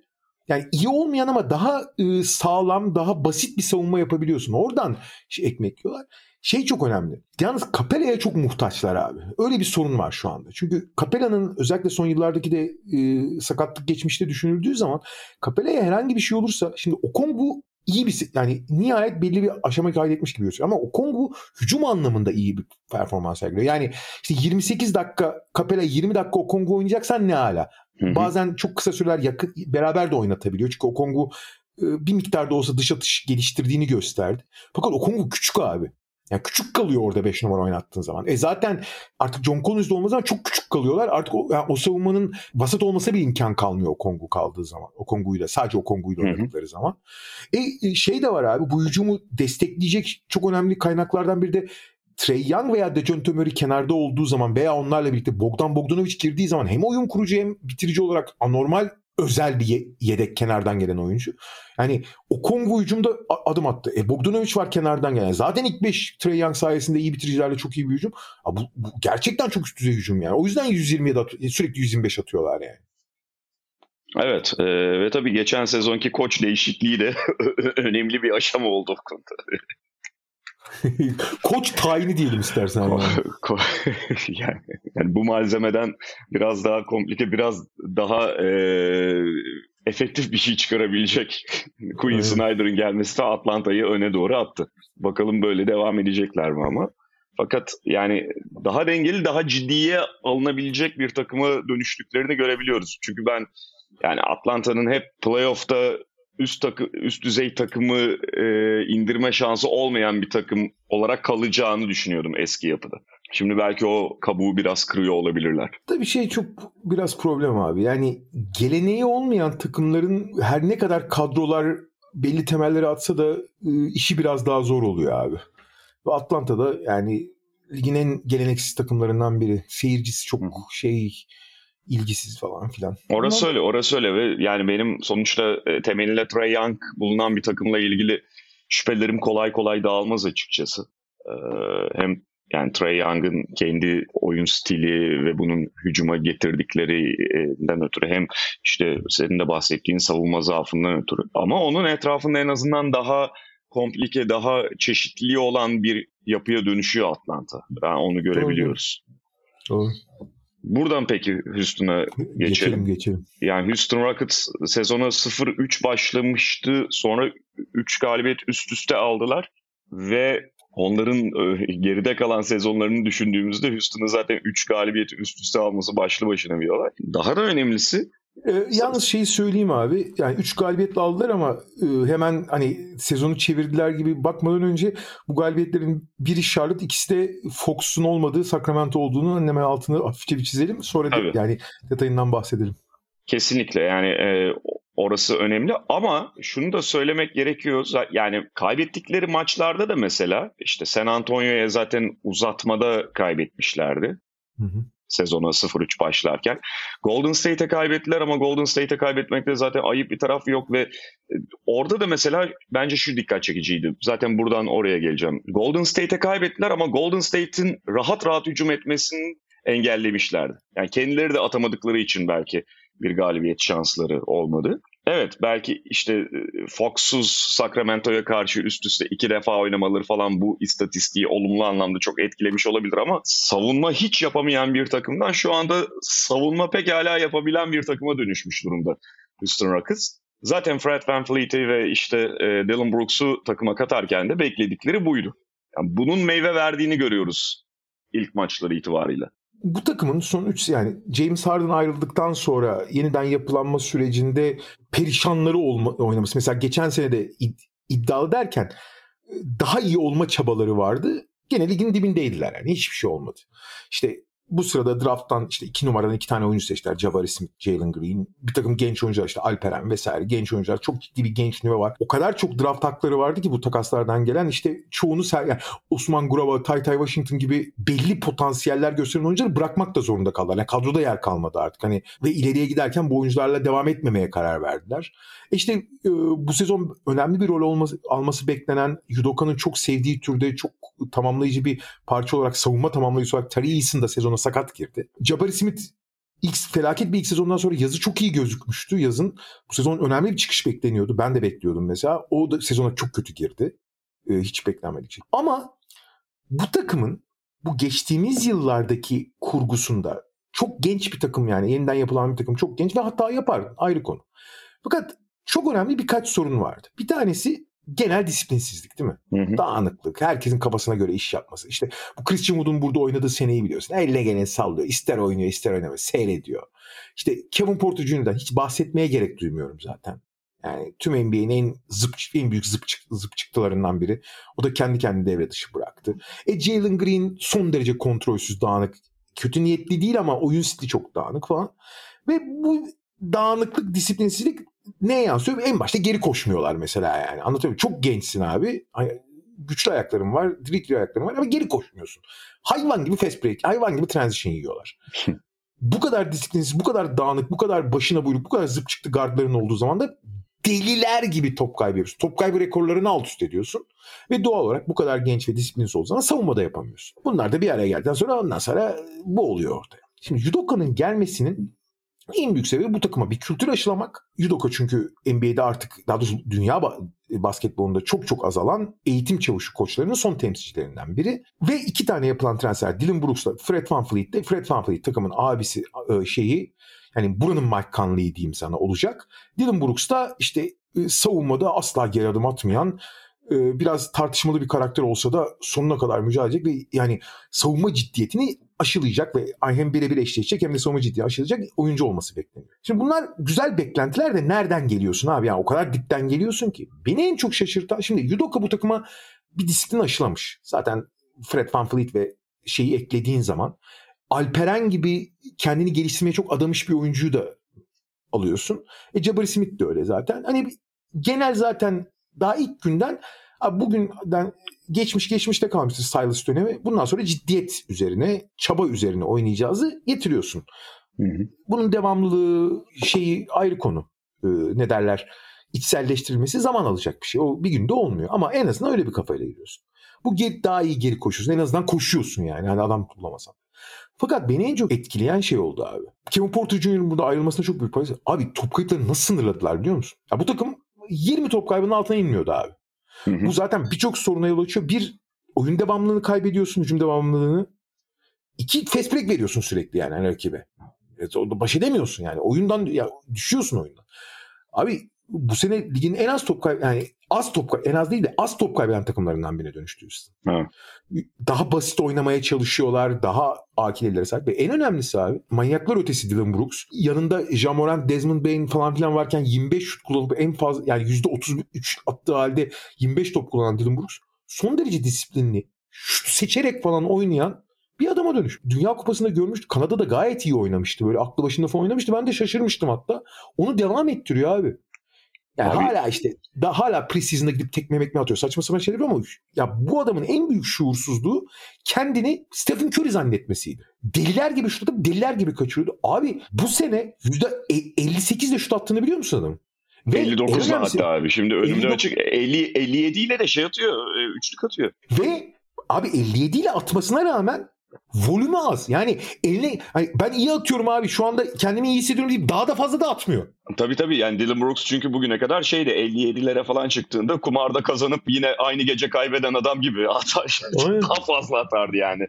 yani iyi olmayan ama daha e, sağlam, daha basit bir savunma yapabiliyorsun. Oradan şey, ekmek yiyorlar. Şey çok önemli. Yalnız Capella'ya çok muhtaçlar abi. Öyle bir sorun var şu anda. Çünkü Capella'nın özellikle son yıllardaki de e, sakatlık geçmişte düşünüldüğü zaman Capella'ya herhangi bir şey olursa, şimdi Okongwu iyi bir, yani nihayet belli bir aşama kaydetmiş gibi gözüküyor. Ama Okongwu hücum anlamında iyi bir performans sergiliyor. Yani işte yirmi sekiz dakika Capella, yirmi dakika Okongwu oynayacaksan ne hala. Bazen çok kısa süreler yakın, beraber de oynatabiliyor. Çünkü Okongwu e, bir miktarda olsa dış atış geliştirdiğini gösterdi. Fakat Okongwu küçük abi. Yani küçük kalıyor orada beş numara oynattığın zaman. E zaten artık John Collins'de olmadığı zaman çok küçük kalıyorlar. Artık o, yani o savunmanın vasat olmasa bir imkan kalmıyor Okongwu kaldığı zaman. Okongwu'yla, sadece Okongwu'yla oynadıkları zaman. E şey de var abi, bu hücumu destekleyecek çok önemli kaynaklardan biri de Trae Young veya Dejounte Murray kenarda olduğu zaman veya onlarla birlikte Bogdan Bogdanovic girdiği zaman hem oyun kurucu hem bitirici olarak anormal özel bir yedek kenardan gelen oyuncu. Yani Okongwu hücumda adım attı. E Bogdanovic var kenardan gelen. Zaten ilk beş Trae Young sayesinde iyi bitiricilerle çok iyi bir hücum. Bu, bu gerçekten çok üst düzey hücum yani. O yüzden yüz yirmi yedi at- sürekli yüz yirmi beş atıyorlar yani. Evet e, ve tabii geçen sezonki koç değişikliği de önemli bir aşama oldu bu konuda. Koç tayini diyelim istersen. Ko- ko- yani, yani bu malzemeden biraz daha komplike, biraz daha e, efektif bir şey çıkarabilecek Quinn Evet. Snyder'ın gelmesi de Atlanta'yı öne doğru attı. Bakalım böyle devam edecekler mi ama. Fakat yani daha dengeli, daha ciddiye alınabilecek bir takıma dönüştüklerini görebiliyoruz. Çünkü ben yani Atlanta'nın hep playoff'ta üst takı, üst düzey takımı e, indirme şansı olmayan bir takım olarak kalacağını düşünüyordum eski yapıda. Şimdi belki o kabuğu biraz kırıyor olabilirler. Tabii şey çok biraz problem abi. Yani geleneği olmayan takımların her ne kadar kadrolar belli temelleri atsa da e, işi biraz daha zor oluyor abi. Ve Atlanta'da yani ligin en geleneksiz takımlarından biri. Seyircisi çok Hı. şey ilgisiz falan filan. Orası Ama öyle, orası öyle ve yani benim sonuçta e, temelinde Trae Young bulunan bir takımla ilgili şüphelerim kolay kolay dağılmaz açıkçası. Ee, hem yani Trae Young'ın kendi oyun stili ve bunun hücuma getirdiklerinden ötürü, hem işte senin de bahsettiğin savunma zaafından ötürü. Ama onun etrafında en azından daha komplike, daha çeşitliliği olan bir yapıya dönüşüyor Atlanta. Ben onu görebiliyoruz. Doğru. Buradan peki Houston'a geçelim. Geçelim geçelim. Yani Houston Rockets sezona sıfır üç başlamıştı. Sonra üç galibiyet üst üste aldılar ve onların geride kalan sezonlarını düşündüğümüzde Houston'ın zaten üç galibiyeti üst üste alması başlı başına bir olay. Daha da önemlisi, Ee, yalnız şeyi söyleyeyim abi. Yani üç galibiyetle aldılar ama e, hemen hani sezonu çevirdiler gibi bakmadan önce bu galibiyetlerin biri Charlotte, ikisi de Fox'un olmadığı Sacramento olduğunu anneme altını hafifçe bir çizelim. Sonra de, yani detayından bahsedelim. Kesinlikle yani e, orası önemli ama şunu da söylemek gerekiyor. Yani kaybettikleri maçlarda da mesela işte San Antonio'ya zaten uzatmada kaybetmişlerdi. Hı hı. Sezona sıfır üç başlarken. Golden State'e kaybettiler ama Golden State'e kaybetmekte zaten ayıp bir taraf yok ve orada da mesela bence şu dikkat çekiciydi. Zaten buradan oraya geleceğim. Golden State'e kaybettiler ama Golden State'in rahat rahat hücum etmesini engellemişlerdi. Yani kendileri de atamadıkları için belki bir galibiyet şansları olmadı. Evet, belki işte Fox'suz Sacramento'ya karşı üst üste iki defa oynamaları falan bu istatistiği olumlu anlamda çok etkilemiş olabilir ama savunma hiç yapamayan bir takımdan şu anda savunma pekala yapabilen bir takıma dönüşmüş durumda Houston Rockets. Zaten Fred VanVleet'i ve işte e, Dillon Brooks'u takıma katarken de bekledikleri buydu. Yani bunun meyve verdiğini görüyoruz ilk maçları itibariyle. Bu takımın son üç, yani James Harden ayrıldıktan sonra yeniden yapılanma sürecinde perişanları olma, oynaması. Mesela geçen sene de id, iddialı derken daha iyi olma çabaları vardı. Gene ligin dibindeydiler yani, hiçbir şey olmadı. İşte bu sırada drafttan işte iki numaradan iki tane oyuncu seçtiler. Jabari Smith, Jalen Green. Bir takım genç oyuncular, işte Alperen vesaire genç oyuncular. Çok ciddi bir genç nüve var. O kadar çok draft hakları vardı ki bu takaslardan gelen, işte çoğunu yani Osman Guraba, Ty Ty Washington gibi belli potansiyeller gösteren oyuncuları bırakmak da zorunda kaldılar. Yani kadroda yer kalmadı artık. Hani ve ileriye giderken bu oyuncularla devam etmemeye karar verdiler. E işte e, bu sezon önemli bir rol olması, alması beklenen, Udoka'nın çok sevdiği türde çok tamamlayıcı bir parça olarak, savunma tamamlayıcısı olarak Tari Eason da sezona sakat girdi. Jabari Smith ilk felaket bir ilk sezondan sonra yazı çok iyi gözükmüştü. Yazın bu sezon önemli bir çıkış bekleniyordu. Ben de bekliyordum mesela. O da sezona çok kötü girdi. Ee, hiç beklenmedik şey. Ama bu takımın bu geçtiğimiz yıllardaki kurgusunda çok genç bir takım, yani yeniden yapılan bir takım, çok genç ve hata yapar, ayrı konu. Fakat çok önemli birkaç sorun vardı. Bir tanesi genel disiplinsizlik, değil mi? Hı hı. Dağınıklık, herkesin kafasına göre iş yapması. İşte bu Christian Wood'un burada oynadığı seneyi biliyorsun. Elle gene sallıyor. İster oynuyor, ister oynamıyor. Seyrediyor. İşte Kevin Porter Junior'dan hiç bahsetmeye gerek duymuyorum zaten. Yani tüm N B A'nin en zıp, en büyük zıp, zıp çıktılarından biri. O da kendi kendini devre dışı bıraktı. E Jalen Green son derece kontrolsüz, dağınık. Kötü niyetli değil ama oyun stili çok dağınık falan. Ve bu dağınıklık, disiplinsizlik neye yansıyor? En başta geri koşmuyorlar mesela yani. Anlatabiliyor muyum? Çok gençsin abi. Güçlü ayakların var, dirikli ayakların var ama geri koşmuyorsun. Hayvan gibi fast break, hayvan gibi transition yiyorlar. Bu kadar disiplinsiz, bu kadar dağınık, bu kadar başına buyruk, bu kadar zıp çıktı guardların olduğu zaman da deliler gibi top kaybediyorsun. Top kaybı rekorlarını alt üst ediyorsun. Ve doğal olarak bu kadar genç ve disiplinsiz olduğu zaman savunmada yapamıyorsun. Bunlar da bir araya geldikten sonra ondan sonra bu oluyor ortaya. Şimdi Udoka'nın gelmesinin en büyük sebebi bu takıma bir kültür aşılamak. Udoka çünkü N B A'de artık, daha doğrusu dünya basketbolunda çok çok azalan eğitim çavuşu koçlarının son temsilcilerinden biri. Ve iki tane yapılan transfer, Dillon Brooks'la Fred VanVleet'te. Fred VanVleet takımın abisi şeyi, yani buranın Mike Conley diyeyim sana olacak. Dillon Brooks da işte savunmada asla geri adım atmayan, biraz tartışmalı bir karakter olsa da sonuna kadar mücadele edecek ve yani savunma ciddiyetini aşılayacak ve hem birebir eşleşecek hem de savunma ciddiyetini aşılayacak oyuncu olması bekleniyor. Şimdi bunlar güzel beklentiler de nereden geliyorsun abi? Yani o kadar dipten geliyorsun ki. Beni en çok şaşırtan, şimdi Udoka bu takıma bir disiplin aşılamış. Zaten Fred VanVleet ve şeyi eklediğin zaman Alperen gibi kendini geliştirmeye çok adamış bir oyuncuyu da alıyorsun. E Jabari Smith de öyle zaten. Hani genel zaten daha ilk günden, bugünden geçmiş geçmişte kalmıştır Silas dönemi. Bundan sonra ciddiyet üzerine, çaba üzerine oynayacağızı getiriyorsun. Hı hı. Bunun devamlılığı şeyi ayrı konu. Ee, ne derler? İçselleştirilmesi zaman alacak bir şey. O bir günde olmuyor. Ama en azından öyle bir kafayla giriyorsun. Bu geri, daha iyi geri koşuyorsun. En azından koşuyorsun yani. Hani adam bulamasan. Fakat beni en çok etkileyen şey oldu abi. Kevin Porter Junior'ın burada ayrılmasına çok büyük payı. Abi top kayıplarını nasıl sınırladılar biliyor musun? Ya bu takım yirmi top kaybının altına inmiyordu abi. Hı hı. Bu zaten birçok soruna yol açıyor. Bir, oyun devamlılığını kaybediyorsun, hücum devamlılığını. İki, fast break veriyorsun sürekli yani hani rakibe. Evet, baş edemiyorsun yani. Oyundan ya, düşüyorsun oyundan. Abi bu sene ligin en az top kaybı, yani az top kaybı, en az değil de az top kaybeden takımlarından birine dönüştüyorsun. Daha basit oynamaya çalışıyorlar. Daha akilelere sahip. Ve en önemlisi abi, manyaklar ötesi Dillon Brooks. Yanında Ja Morant, Desmond Bain falan filan varken yirmi beş şut kullanıp en fazla, yani yüzde otuz üç attığı halde yirmi beş top kullanan Dillon Brooks son derece disiplinli, şut seçerek falan oynayan bir adama dönüş. Dünya Kupası'nda görmüştük. Kanada'da gayet iyi oynamıştı. Böyle aklı başında falan oynamıştı. Ben de şaşırmıştım hatta. Onu devam ettiriyor abi. Yani abi, hala işte daha hala preseason'da gidip tekme mekme atıyor. Saçma sapan şeyler ama ya bu adamın en büyük şuursuzluğu kendini Stephen Curry zannetmesiydi. Deliler gibi şut atıp deliler gibi kaçırıyordu. Abi bu sene yüzde elli sekiz ile şut attığını biliyor musun adamın? elli dokuzda hatta abi. Şimdi önümde elli dokuz açık elli elli yedi ile de şey atıyor. Üçlük atıyor. Ve abi elli yedi ile atmasına rağmen volümü az. Yani eline, hani ben iyi atıyorum abi, şu anda kendimi iyi hissediyorum deyip daha da fazla da atmıyor. Tabii tabii yani Dillon Brooks çünkü bugüne kadar şeyde elli yedilere falan çıktığında kumarda kazanıp yine aynı gece kaybeden adam gibi atar, daha fazla atardı yani.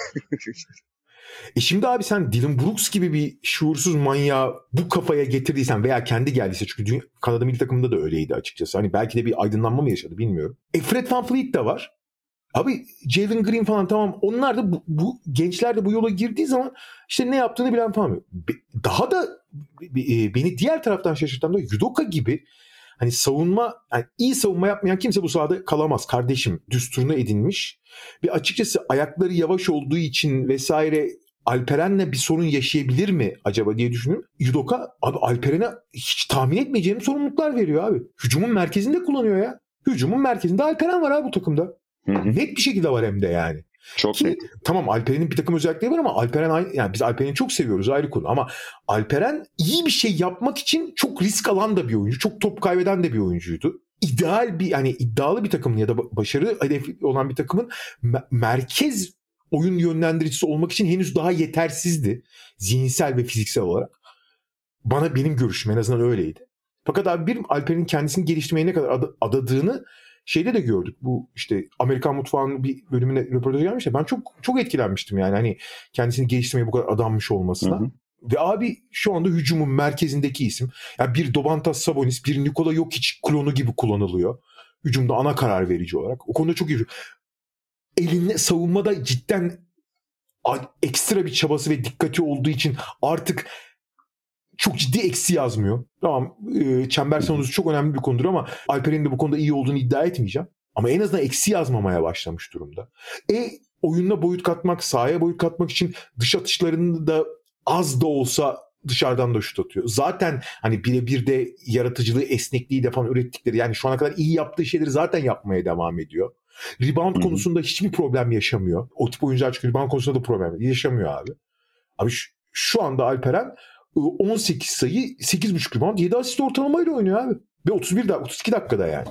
E şimdi abi sen Dillon Brooks gibi bir şuursuz manyağı bu kafaya getirdiysen veya kendi geldiyse, çünkü dünya, Kanada milli takımında da öyleydi açıkçası. Hani belki de bir aydınlanma mı yaşadı bilmiyorum. E Fred VanVleet de var. Abi Jalen Green falan, tamam, onlar da bu, bu gençler de bu yola girdiği zaman işte ne yaptığını bilen falan. Daha da beni diğer taraftan şaşırtan da Udoka gibi hani savunma, yani iyi savunma yapmayan kimse bu sahada kalamaz kardeşim düsturunu edinmiş. Ve açıkçası ayakları yavaş olduğu için vesaire Alperen'le bir sorun yaşayabilir mi acaba diye düşünüyorum. Udoka abi Alperen'e hiç tahmin etmeyeceğim sorumluluklar veriyor abi. Hücumun merkezinde kullanıyor ya. Hücumun merkezinde Alperen var abi bu takımda. Hı hı. Net bir şekilde var hem de yani. Çok Ki, net. Tamam Alperen'in bir takım özellikleri var ama Alperen, yani biz Alperen'i çok seviyoruz, ayrı konu, ama Alperen iyi bir şey yapmak için çok risk alan da bir oyuncu, çok top kaybeden de bir oyuncuydu. İdeal bir, yani iddialı bir takımın ya da başarı hedefi olan bir takımın me- merkez oyun yönlendiricisi olmak için henüz daha yetersizdi. Zihinsel ve fiziksel olarak. Bana benim görüşüm en azından öyleydi. Fakat abi bir Alper'in kendisini geliştirmeye ne kadar ad- adadığını şeyde de gördük. Bu işte Amerikan Mutfağı'nın bir bölümüne röportaj gelmiş ya, ben çok çok etkilenmiştim yani hani kendisini geliştirmeye bu kadar adanmış olmasına. Hı hı. Ve abi şu anda hücumun merkezindeki isim. Yani bir Domantas Sabonis, bir Nikola Jokic klonu gibi kullanılıyor. Hücumda ana karar verici olarak. O konuda çok iyi. Eline savunmada cidden ekstra bir çabası ve dikkati olduğu için artık çok ciddi eksi yazmıyor. Tamam, çember savunucusu çok önemli bir konudur ama Alper'in de bu konuda iyi olduğunu iddia etmeyeceğim. Ama en azından eksi yazmamaya başlamış durumda. E oyununa boyut katmak, sahaya boyut katmak için dış atışlarını da az da olsa dışarıdan da şut atıyor. Zaten hani birebir de yaratıcılığı, esnekliği de falan ürettikleri, yani şu ana kadar iyi yaptığı şeyleri zaten yapmaya devam ediyor. Rebound Hı-hı. konusunda hiçbir problem yaşamıyor. O tip oyuncular çünkü rebound konusunda da problem yaşamıyor abi. Abi şu, şu anda Alperen on sekiz sayı, sekiz buçuk rebound, yedi asist ortalamayla oynuyor abi. Ve otuz bir otuz iki dakikada yani.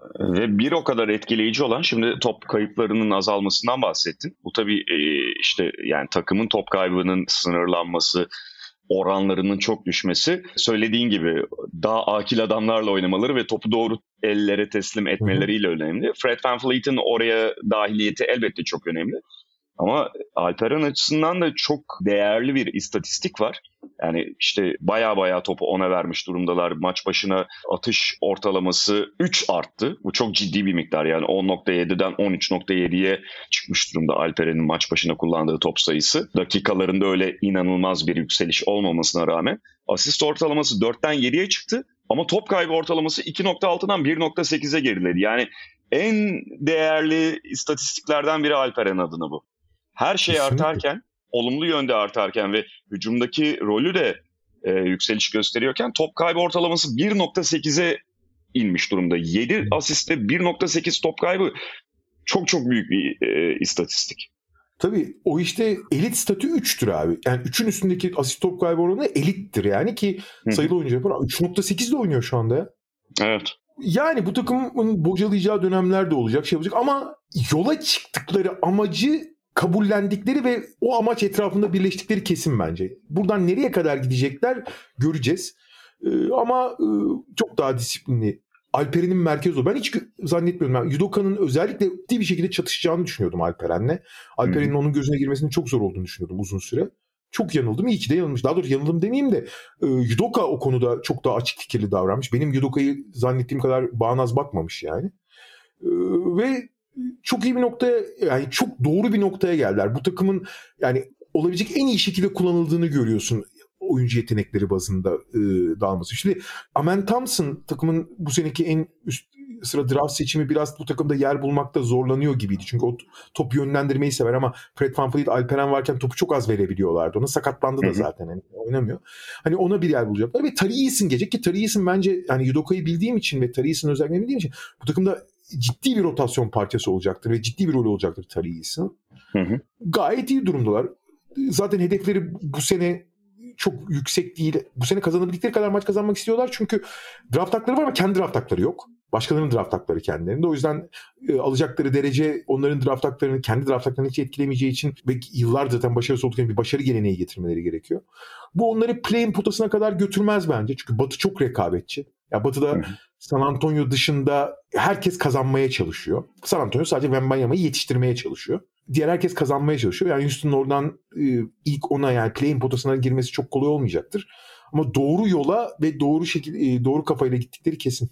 Ve bir o kadar etkileyici olan, şimdi top kayıplarının azalmasından bahsettin. Bu tabii işte yani takımın top kaybının sınırlanması, oranlarının çok düşmesi, söylediğin gibi daha akil adamlarla oynamaları ve topu doğru ellere teslim etmeleriyle Hı-hı. önemli. Fred VanVleet'in oraya dahiliyeti elbette çok önemli. Ama Alperen açısından da çok değerli bir istatistik var. Yani işte baya baya topu ona vermiş durumdalar. Maç başına atış ortalaması üç arttı. Bu çok ciddi bir miktar. Yani on nokta yediden on üç nokta yediye çıkmış durumda Alperen'in maç başına kullandığı top sayısı. Dakikalarında öyle inanılmaz bir yükseliş olmamasına rağmen. Asist ortalaması dörtten yediye çıktı. Ama top kaybı ortalaması iki nokta altıdan bir nokta sekize geriledi. Yani en değerli istatistiklerden biri Alperen adına bu. Her şey Kesinlikle. artarken, olumlu yönde artarken ve hücumdaki rolü de e, yükseliş gösteriyorken top kaybı ortalaması bir nokta sekize inmiş durumda. yedi asiste bir nokta sekiz top kaybı çok çok büyük bir e, istatistik. Tabii o işte elit statü üçtür abi. Yani üçün üstündeki asist top kaybı oranı elittir yani ki sayılı oyuncu yapar. üç nokta sekizde oynuyor şu anda ya. Evet. Yani bu takımın bocalayacağı dönemler de olacak, şey olacak ama yola çıktıkları amacı kabullendikleri ve o amaç etrafında birleştikleri kesin bence. Buradan nereye kadar gidecekler göreceğiz. Ee, ama e, çok daha disiplinli. Alperen'in merkezi o. Ben hiç zannetmiyorum. Yani Udoka'nın özellikle ciddi bir şekilde çatışacağını düşünüyordum Alperen'le. Alperen'in onun gözüne girmesinin çok zor olduğunu düşünüyordum uzun süre. Çok yanıldım. İyi ki de yanılmış. Daha doğrusu yanıldım demeyeyim de e, Udoka o konuda çok daha açık fikirli davranmış. Benim Udoka'yı zannettiğim kadar bağnaz bakmamış yani. E, ve çok iyi bir noktaya, yani çok doğru bir noktaya geldiler. Bu takımın yani olabilecek en iyi şekilde kullanıldığını görüyorsun oyuncu yetenekleri bazında e, dağılması. Şimdi Amen Thompson takımın bu seneki en üst sıra draft seçimi biraz bu takımda yer bulmakta zorlanıyor gibiydi. Çünkü o top yönlendirmeyi sever ama Fred VanVleet, Alperen varken topu çok az verebiliyorlardı. Ona sakatlandı da zaten hani oynamıyor. Hani ona bir yer bulacaklar ve Tari Eason gelecek ki Tari Eason bence hani Udoka'yı bildiğim için ve Tari Eason'ın özelliklerini bildiğim için bu takımda ciddi bir rotasyon parçası olacaktır ve ciddi bir rol olacaktır Tari Eason. Gayet iyi durumdalar. Zaten hedefleri bu sene çok yüksek değil. Bu sene kazanabildikleri kadar maç kazanmak istiyorlar. Çünkü draft hakları var ama kendi draft hakları yok. Başkalarının draft hakları kendilerinde. O yüzden e, alacakları derece onların draft haklarını, kendi draft haklarını hiç etkilemeyeceği için ve yıllardır zaten başarısı olduklarını bir başarı geleneği getirmeleri gerekiyor. Bu onları play-in potasına kadar götürmez bence. Çünkü Batı çok rekabetçi. Ya Batı'da Hı-hı. San Antonio dışında herkes kazanmaya çalışıyor. San Antonio sadece Wembanyama'yı yetiştirmeye çalışıyor. Diğer herkes kazanmaya çalışıyor. Yani Houston'ın oradan e, ilk ona yani play-in potasına girmesi çok kolay olmayacaktır. Ama doğru yola ve doğru şekilde e, doğru kafayla gittikleri kesin.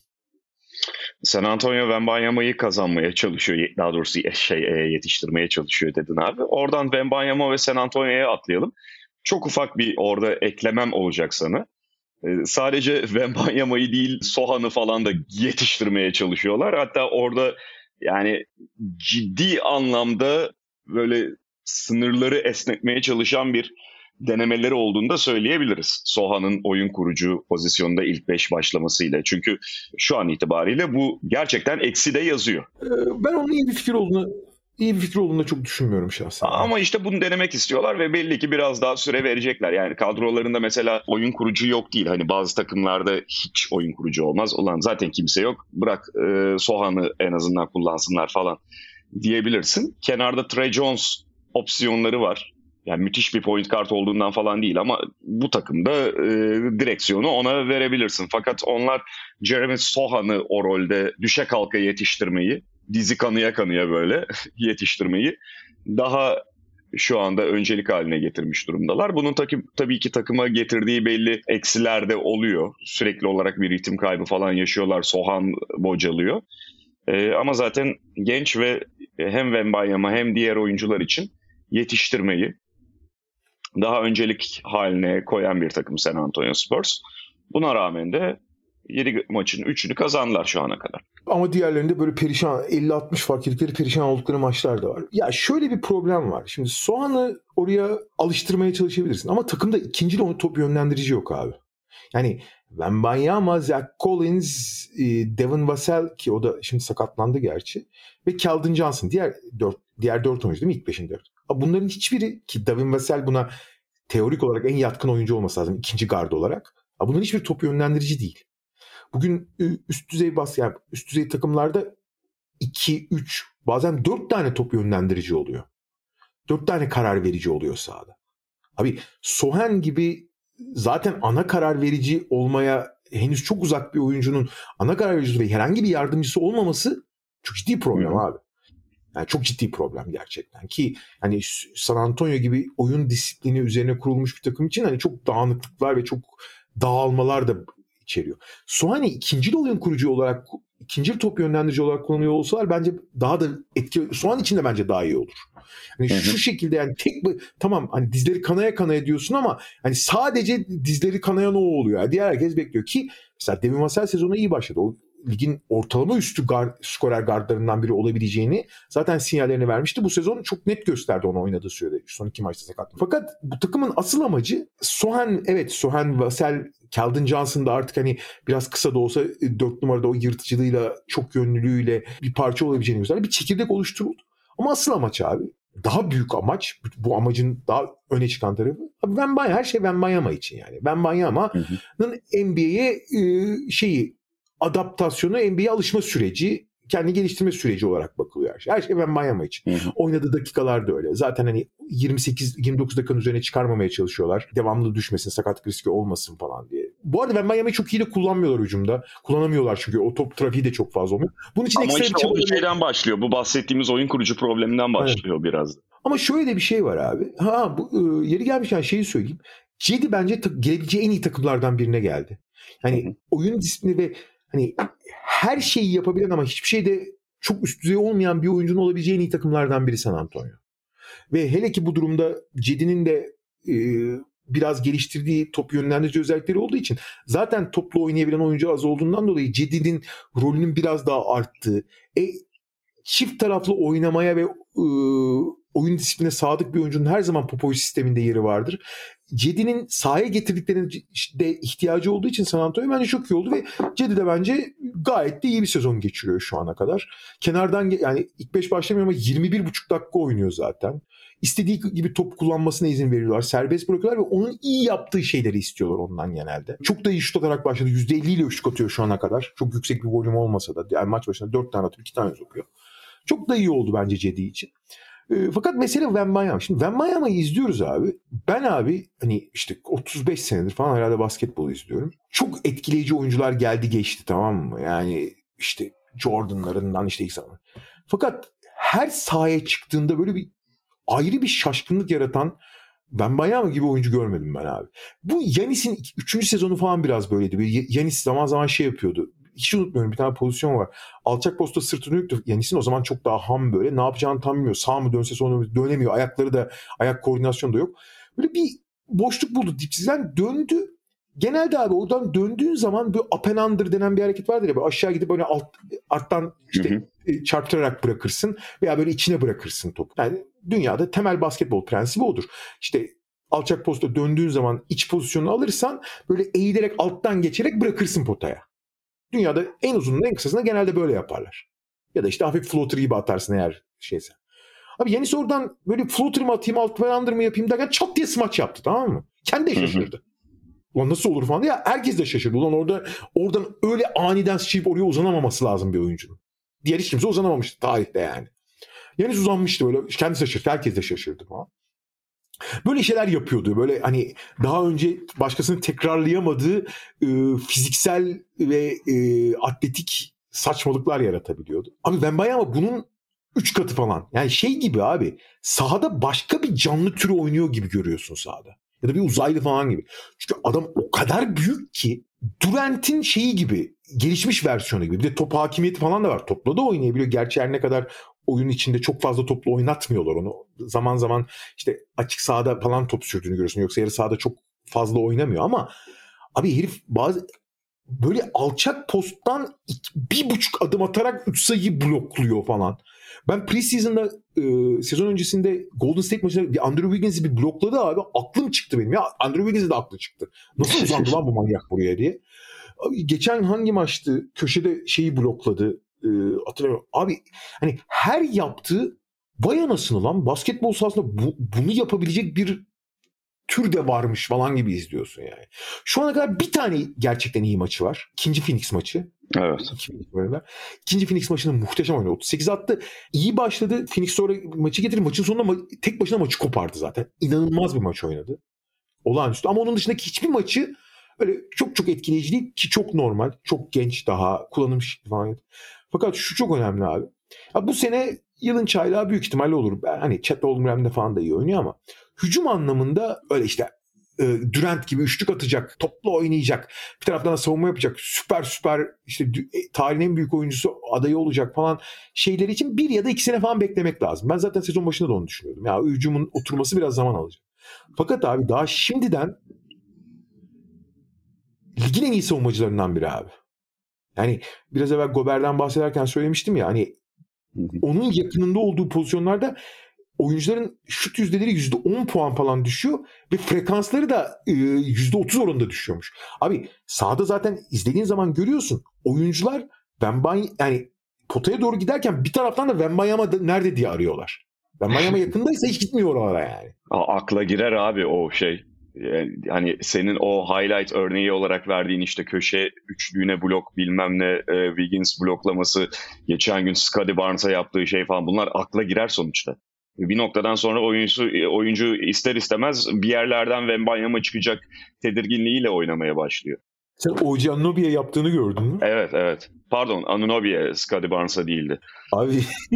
San Antonio Wembanyama'yı kazanmaya çalışıyor. Daha doğrusu şey yetiştirmeye çalışıyor dedin abi. Oradan Wembanyama ve San Antonio'ya atlayalım. Çok ufak bir orada eklemem olacak sana. Ee, sadece Wembanyama'yı değil Sohan'ı falan da yetiştirmeye çalışıyorlar. Hatta orada yani ciddi anlamda böyle sınırları esnetmeye çalışan bir denemeleri olduğunu da söyleyebiliriz. Sohan'ın oyun kurucu pozisyonda ilk beş başlamasıyla. Çünkü şu an itibariyle bu gerçekten eksi de yazıyor. Ben onun iyi bir fikir olduğunu iyi bir fikir olduğunu da çok düşünmüyorum şahsen. Ama işte bunu denemek istiyorlar ve belli ki biraz daha süre verecekler. Yani kadrolarında mesela oyun kurucu yok değil. Hani bazı takımlarda hiç oyun kurucu olmaz. Ulan zaten kimse yok. Bırak e, Sohan'ı en azından kullansınlar falan diyebilirsin. Kenarda Trey Jones opsiyonları var. Yani müthiş bir point guard olduğundan falan değil ama bu takımda e, direksiyonu ona verebilirsin. Fakat onlar Jeremy Sohan'ı o rolde düşe kalka yetiştirmeyi, dizi kanıya kanıya böyle yetiştirmeyi daha şu anda öncelik haline getirmiş durumdalar. Bunun takım, tabii ki takıma getirdiği belli eksiler de oluyor. Sürekli olarak bir ritim kaybı falan yaşıyorlar. Sohan bocalıyor. Ee, ama zaten genç ve hem Wembanyama hem diğer oyuncular için yetiştirmeyi daha öncelik haline koyan bir takım San Antonio Spurs. Buna rağmen de yedi maçın üçünü kazandılar şu ana kadar. Ama diğerlerinde böyle perişan elli altmış fark ettikleri perişan oldukları maçlar da var. Ya şöyle bir problem var. Şimdi Sohan'ı oraya alıştırmaya çalışabilirsin. Ama takımda ikinci de onu top yönlendirici yok abi. Yani Wembanyama, Zach Collins, Devin Vassell ki o da şimdi sakatlandı gerçi. Ve Keldon Johnson. Diğer dört, diğer dört oyuncu değil mi? İlk beşin dört. Bunların hiçbiri ki Devin Vassell buna teorik olarak en yatkın oyuncu olması lazım. İkinci gard olarak. Bunların hiçbir top yönlendirici değil. Bugün üst düzey bas yani üst düzey takımlarda iki, üç bazen dört tane top yönlendirici oluyor. dört tane karar verici oluyor sahada. Abi Sohan gibi zaten ana karar verici olmaya henüz çok uzak bir oyuncunun ana karar vericisi ve herhangi bir yardımcısı olmaması çok ciddi problem abi. Yani çok ciddi problem gerçekten ki hani San Antonio gibi oyun disiplini üzerine kurulmuş bir takım için hani çok dağınıklıklar ve çok dağılmalar da içeriyor. Sohan'ı ikinci oyun kurucu olarak, ikinci top yönlendirici olarak kullanıyor olsalar bence daha da etkili. Sohan için de bence daha iyi olur. Hani şu şekilde yani tek tamam hani dizleri kanaya kanaya diyorsun ama hani sadece dizleri kanayan o oluyor. Yani diğer herkes bekliyor ki mesela Devin Vassell sezonu iyi başladı. O ligin ortalama üstü guard, skorer gardlarından biri olabileceğini zaten sinyallerini vermişti. Bu sezon çok net gösterdi onu oynadığı sürede. Son iki maçta sakatlı. Fakat bu takımın asıl amacı Sohan, evet Sohan, Vassell, Keldon Johnson da artık hani biraz kısa da olsa dört numarada o yırtıcılığıyla, çok yönlülüğüyle bir parça olabileceğini gösterdi. Bir çekirdek oluşturuldu. Ama asıl amaç abi, daha büyük amaç, bu amacın daha öne çıkan tarafı Wembanyama, her şey Wembanyama için yani. Wembanyama'nın N B A'ye e, şeyi adaptasyonu, N B A'ye alışma süreci, kendi geliştirme süreci olarak bakılıyor her şey. Her şey Wembanyama için. Hı hı. Oynadığı dakikalar da öyle. Zaten hani yirmi sekiz yirmi dokuz dakikanın üzerine çıkarmamaya çalışıyorlar. Devamlı düşmesin, sakatlık riski olmasın falan diye. Bu arada Wembanyama'yı çok iyi de kullanmıyorlar hücumda. Kullanamıyorlar çünkü o top trafiği de çok fazla olmuyor. Bunun için ama ekstra işte bir çaba o şeyden başlıyor. Bu bahsettiğimiz oyun kurucu probleminden başlıyor evet. Biraz da. Ama şöyle de bir şey var abi. Ha bu e, yeri gelmişken şeyi söyleyeyim. Cedi bence ta- gelebileceği en iyi takımlardan birine geldi. Yani hı hı. Oyun disiplini ve hani her şeyi yapabilen ama hiçbir şeyde çok üst düzey olmayan bir oyuncunun olabileceği en iyi takımlardan biri San Antonio. Ve hele ki bu durumda Cedi'nin de e, biraz geliştirdiği top yönlendirici özellikleri olduğu için zaten topla oynayabilen oyuncu az olduğundan dolayı Cedi'nin rolünün biraz daha arttığı, e, çift taraflı oynamaya ve e, oyun disipline sadık bir oyuncunun her zaman Popovic sisteminde yeri vardır. Cedi'nin sahaya getirdiklerine de ihtiyacı olduğu için San Antonio bence çok iyi oldu ve Cedi de bence gayet de iyi bir sezon geçiriyor şu ana kadar. Kenardan yani ilk beş başlamıyor ama yirmi bir buçuk dakika oynuyor zaten. İstediği gibi top kullanmasına izin veriyorlar. Serbest bırakıyorlar ve onun iyi yaptığı şeyleri istiyorlar ondan genelde. Çok da iyi şut atarak başladı. yüzde elli ile şut atıyor şu ana kadar. Çok yüksek bir volüm olmasa da. Yani maç başına dört tane atıp iki tane sokuyor. Çok da iyi oldu bence Cedi için. E, fakat mesele Wembanyama. Şimdi Wembanyama'yı izliyoruz abi. Ben abi hani işte otuz beş senedir falan herhalde basketbolu izliyorum. Çok etkileyici oyuncular geldi geçti, tamam mı? Yani işte Jordan'larından işte ilk zaman. Fakat her sahaya çıktığında böyle bir ayrı bir şaşkınlık yaratan Wembanyama gibi oyuncu görmedim ben abi. Bu Yanis'in üçüncü sezonu falan biraz böyleydi. Yanis zaman zaman şey yapıyordu. Hiç unutmuyorum, bir tane pozisyon var. Alçak posta sırtını yüktü. Yanis'in o zaman çok daha ham böyle. Ne yapacağını tam bilmiyor. Sağ mı dönse sonra dönemiyor. Ayakları da, ayak koordinasyonu da yok. Böyle bir boşluk buldu. Dipsizden döndü. Genelde abi oradan döndüğün zaman böyle up and under denen bir hareket vardır ya. Böyle aşağı gidip böyle alt, alttan işte hı hı. çarptırarak bırakırsın. Veya böyle içine bırakırsın topu. Yani dünyada temel basketbol prensibi odur. İşte alçak posta döndüğün zaman iç pozisyonu alırsan böyle eğilerek alttan geçerek bırakırsın potaya. Dünyada en uzunun en kısasına genelde böyle yaparlar. Ya da işte hafif floater gibi atarsın eğer şeyse. Abi Yanis oradan böyle floater mı atayım, alt under mı yapayım derken çat diye smaç yaptı, tamam mı? Kendi de şaşırdı. Ulan nasıl olur falan diye. Herkes de şaşırdı. Ulan orada oradan öyle aniden sıçrayıp oraya uzanamaması lazım bir oyuncunun. Diğer hiç kimse uzanamamıştı tarihte yani. Yanis uzanmıştı böyle. Kendisi şaşırdı. Herkes de şaşırdı falan. Böyle şeyler yapıyordu. Böyle hani daha önce başkasının tekrarlayamadığı e, fiziksel ve e, atletik saçmalıklar yaratabiliyordu. Abi Wembanyama bunun üç katı falan. Yani şey gibi abi. Sahada başka bir canlı türü oynuyor gibi görüyorsun sahada. Ya da bir uzaylı falan gibi. Çünkü adam o kadar büyük ki Durant'in şeyi gibi, gelişmiş versiyonu gibi. Bir de top hakimiyeti falan da var. Topla da oynayabiliyor. Gerçi her ne kadar oyun içinde çok fazla topla oynatmıyorlar onu. Zaman zaman işte açık sahada falan top sürdüğünü görüyorsun. Yoksa yarı sahada çok fazla oynamıyor ama abi herif bazı böyle alçak posttan iki, bir buçuk adım atarak üç sayıyı blokluyor falan. Ben preseason'da e, sezon öncesinde Golden State maçında bir Andrew Wiggins'i bir blokladı abi. Aklım çıktı benim ya. Andrew Wiggins'in de aklı çıktı. Nasıl uzandı lan bu manyak buraya diye. Abi, geçen hangi maçtı? Köşede şeyi blokladı. E, hatırlamıyorum. Abi hani her yaptığı vay anasını lan basketbol sahasında bu, bunu yapabilecek bir tür de varmış falan gibi izliyorsun yani. Şu ana kadar bir tane gerçekten iyi maçı var. İkinci Phoenix maçı. Evet. İkinci Phoenix maçını muhteşem oynadı. otuz sekiz attı. İyi başladı. Phoenix sonra maçı getirdi. Maçın sonunda ma- tek başına maçı kopardı zaten. İnanılmaz bir maç oynadı. Olağanüstü. Ama onun dışındaki hiçbir maçı öyle çok çok etkileyici değil ki çok normal. Çok genç daha. Kullanım şekli falan. Fakat şu çok önemli abi. Ya bu sene yılın çaylağı büyük ihtimalle olur. Ben, hani Chet Holmgren'de falan da iyi oynuyor ama hücum anlamında öyle işte e, Durant gibi üçlük atacak, topla oynayacak, bir taraftan da savunma yapacak, süper süper işte e, tarihin en büyük oyuncusu adayı olacak falan şeyleri için bir ya da iki sene falan beklemek lazım. Ben zaten sezon başında da onu düşünüyordum. Ya hücumun oturması biraz zaman alacak. Fakat abi daha şimdiden ligin en iyi savunmacılarından biri abi. Yani biraz evvel Gobert'den bahsederken söylemiştim ya hani onun yakınında olduğu pozisyonlarda oyuncuların şut yüzdeleri yüzde on puan falan düşüyor ve frekansları da e, yüzde otuz oranında düşüyormuş. Abi sahada zaten izlediğin zaman görüyorsun. Oyuncular Wembanyama yani potaya doğru giderken bir taraftan da Wembanyama nerede diye arıyorlar. Wembanyama yakındaysa hiç gitmiyor oralara yani. A- akla girer abi o şey. Yani, hani senin o highlight örneği olarak verdiğin işte köşe üçlüğüne blok bilmem ne e, Wiggins bloklaması, geçen gün Scottie Barnes'a yaptığı şey falan, bunlar akla girer sonuçta. Bir noktadan sonra oyuncu oyuncu ister istemez bir yerlerden Wembanyama çıkacak tedirginliğiyle oynamaya başlıyor. Sen O G Anunoby'ye yaptığını gördün mü? Evet evet. Pardon, Anunoby'ye, Scottie Barnes'a değildi. Abi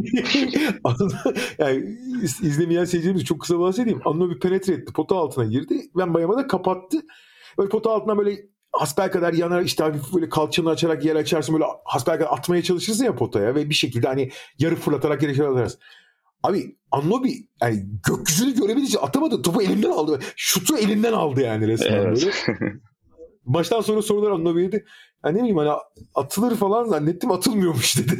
yani izlemeyen seyircilerimiz çok kısa bahsedeyim. Anunoby penetre etti. Pota altına girdi. Wembanyama da kapattı. Böyle pota altına böyle hasbelkader yanar işte hafif böyle kalçanı açarak yer açarsın. Böyle hasbelkader atmaya çalışırsın ya potaya ve bir şekilde hani yarı fırlatarak yere çarparsın. Abi Anunoby yani gökyüzünü görebildiği için atamadı. Topu elinden aldı. Şutu elinden aldı yani resmen Evet. böyle. Baştan sonra sorular Anunoby'ydi. Yani ne bileyim hani atılır falan zannettim, atılmıyormuş dedi.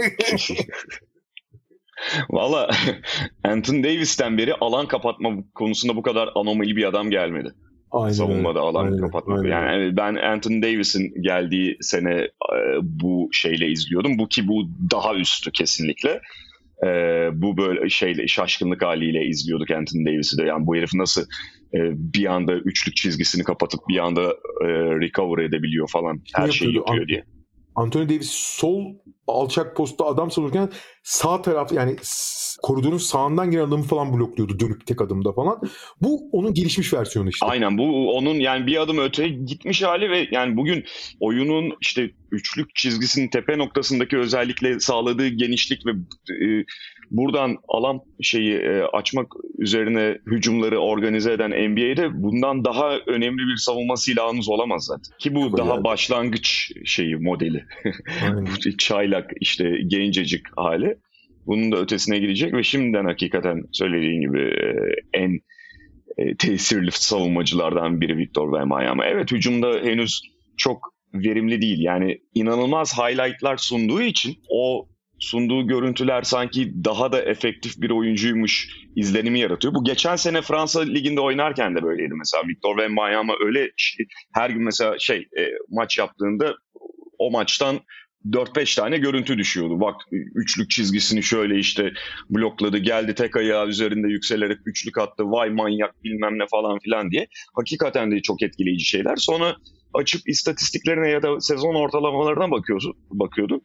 Valla Anthony Davis'ten beri alan kapatma konusunda bu kadar anomali bir adam gelmedi. Aynen Savunmada öyle. alan Aynen, kapatma. aynen. Yani ben Anthony Davis'in geldiği sene e, bu şeyle izliyordum. Bu ki bu daha üstü kesinlikle. E, bu böyle şeyle şaşkınlık haliyle izliyorduk Anthony Davis'i de. Yani bu herif nasıl e, bir anda üçlük çizgisini kapatıp bir anda e, recover edebiliyor falan. Her Ne şeyi yapıyordu? yapıyor diye. Anthony Davis sol alçak postta adam savururken sağ taraf yani s- koridorun sağından gelen adamı falan blokluyordu dönüp tek adımda falan. Bu onun gelişmiş versiyonu işte. Aynen, bu onun yani bir adım öteye gitmiş hali ve yani bugün oyunun işte üçlük çizgisinin tepe noktasındaki özellikle sağladığı genişlik ve e, buradan alan şeyi e, açmak üzerine hücumları organize eden N B A'de bundan daha önemli bir savunma silahınız olamaz zaten. Ki bu Çok daha acayip. başlangıç şeyi modeli. Aynen. Bu çaylak işte gencecik hali. Bunun da ötesine gidecek ve şimdiden hakikaten söylediğin gibi e, en e, tesirli savunmacılardan biri Victor Wembanyama. Evet, hücumda henüz çok verimli değil. Yani inanılmaz highlightlar sunduğu için o sunduğu görüntüler sanki daha da efektif bir oyuncuymuş izlenimi yaratıyor. Bu geçen sene Fransa Ligi'nde oynarken de böyleydi mesela. Victor Wembanyama öyle şey, her gün mesela şey e, maç yaptığında o maçtan dört beş tane görüntü düşüyordu. Bak üçlük çizgisini şöyle işte blokladı, geldi tek ayağı üzerinde yükselerek üçlük attı, vay manyak bilmem ne falan filan diye. Hakikaten de çok etkileyici şeyler. Sonra açıp istatistiklerine ya da sezon ortalamalarına bakıyordu. bakıyordu.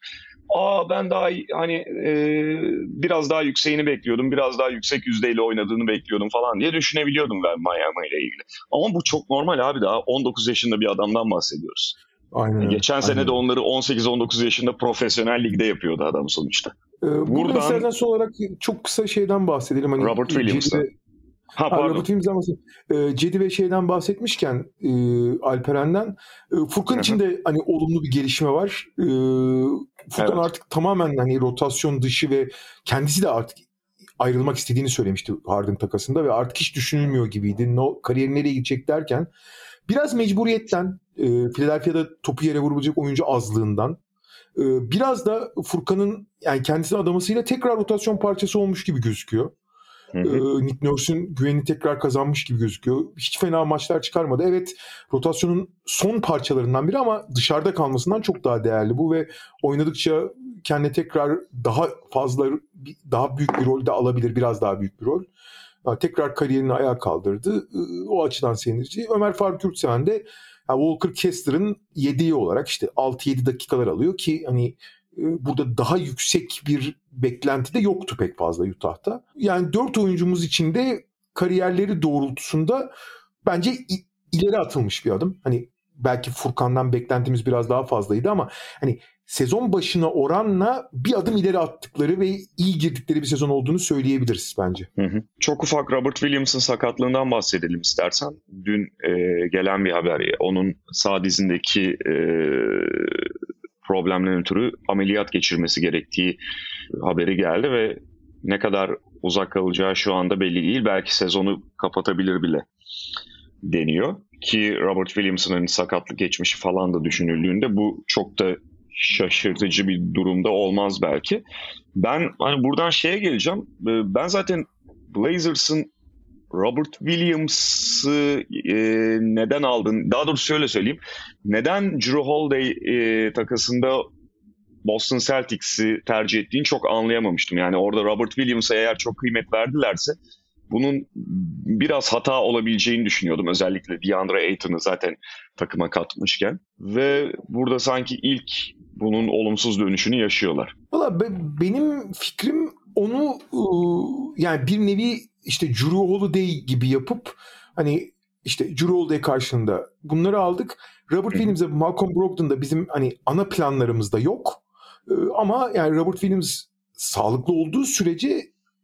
Aa ben daha hani e, biraz daha yükseğini bekliyordum, biraz daha yüksek yüzdeyle oynadığını bekliyordum falan diye düşünebiliyordum ben Miami ile ilgili. Ama bu çok normal abi, daha on dokuz yaşında bir adamdan bahsediyoruz. Aynen öyle. Geçen Aynen sene de öyle. onları on sekiz on dokuz yaşında profesyonel ligde yapıyordu adam sonuçta. Ee, Buradan Buradan istersen son olarak çok kısa şeyden bahsedelim. Hani Robert Williams'tan. Ha Ha, pardon. Robert Williams'dan bahsedelim. Ee, Cedi ve şeyden bahsetmişken e, Alperen'den e, Furkan Hı hı. için de hani olumlu bir gelişme var. E, Furkan Evet. artık tamamen hani rotasyon dışı ve kendisi de artık ayrılmak istediğini söylemişti Harden takasında ve artık hiç düşünülmüyor gibiydi. No, kariyerin nereye gidecek derken biraz mecburiyetten, e, Philadelphia'da topu yere vurabilecek oyuncu azlığından, e, biraz da Furkan'ın yani kendisinin adamasıyla tekrar rotasyon parçası olmuş gibi gözüküyor. Hı hı. Nick Nurse'un güvenini tekrar kazanmış gibi gözüküyor. Hiç fena maçlar çıkarmadı. Evet, rotasyonun son parçalarından biri ama dışarıda kalmasından çok daha değerli bu ve oynadıkça kendine tekrar daha fazla, daha büyük bir rol de alabilir. Biraz daha büyük bir rol. Tekrar kariyerini ayağa kaldırdı. O açıdan sevindirici. Ömer Faruk Yurtseven de Walker Kessler'ın yedeği olarak işte altı yedi dakikalar alıyor ki hani burada daha yüksek bir beklenti de yoktu pek fazla Utah'ta. Yani dört oyuncumuz için de kariyerleri doğrultusunda bence ileri atılmış bir adım. Hani belki Furkan'dan beklentimiz biraz daha fazlaydı ama hani sezon başına oranla bir adım ileri attıkları ve iyi girdikleri bir sezon olduğunu söyleyebiliriz bence. Hı hı. Çok ufak Robert Williams'ın sakatlığından bahsedelim istersen. Dün e, gelen bir haber. Onun sağ dizindeki e, problemden ötürü ameliyat geçirmesi gerektiği haberi geldi ve ne kadar uzak kalacağı şu anda belli değil. Belki sezonu kapatabilir bile deniyor. Ki Robert Williams'ın sakatlık geçmişi falan da düşünüldüğünde bu çok da şaşırtıcı bir durumda olmaz belki. Ben hani buradan şeye geleceğim. Ben zaten Blazers'ın Robert Williams'ı e, neden aldın? Daha doğrusu şöyle söyleyeyim. Neden Jrue Holiday e, takasında Boston Celtics'i tercih ettiğini çok anlayamamıştım. Yani orada Robert Williams'a eğer çok kıymet verdilerse bunun biraz hata olabileceğini düşünüyordum. Özellikle DeAndre Ayton'u zaten takıma katmışken. Ve burada sanki ilk bunun olumsuz dönüşünü yaşıyorlar. Valla be, benim fikrim onu yani bir nevi işte Jrue Holiday gibi yapıp hani işte Jrue Holiday karşılığında bunları aldık. Robert Williams ve Malcolm Brogdon da bizim hani ana planlarımızda yok. Ama yani Robert Williams sağlıklı olduğu sürece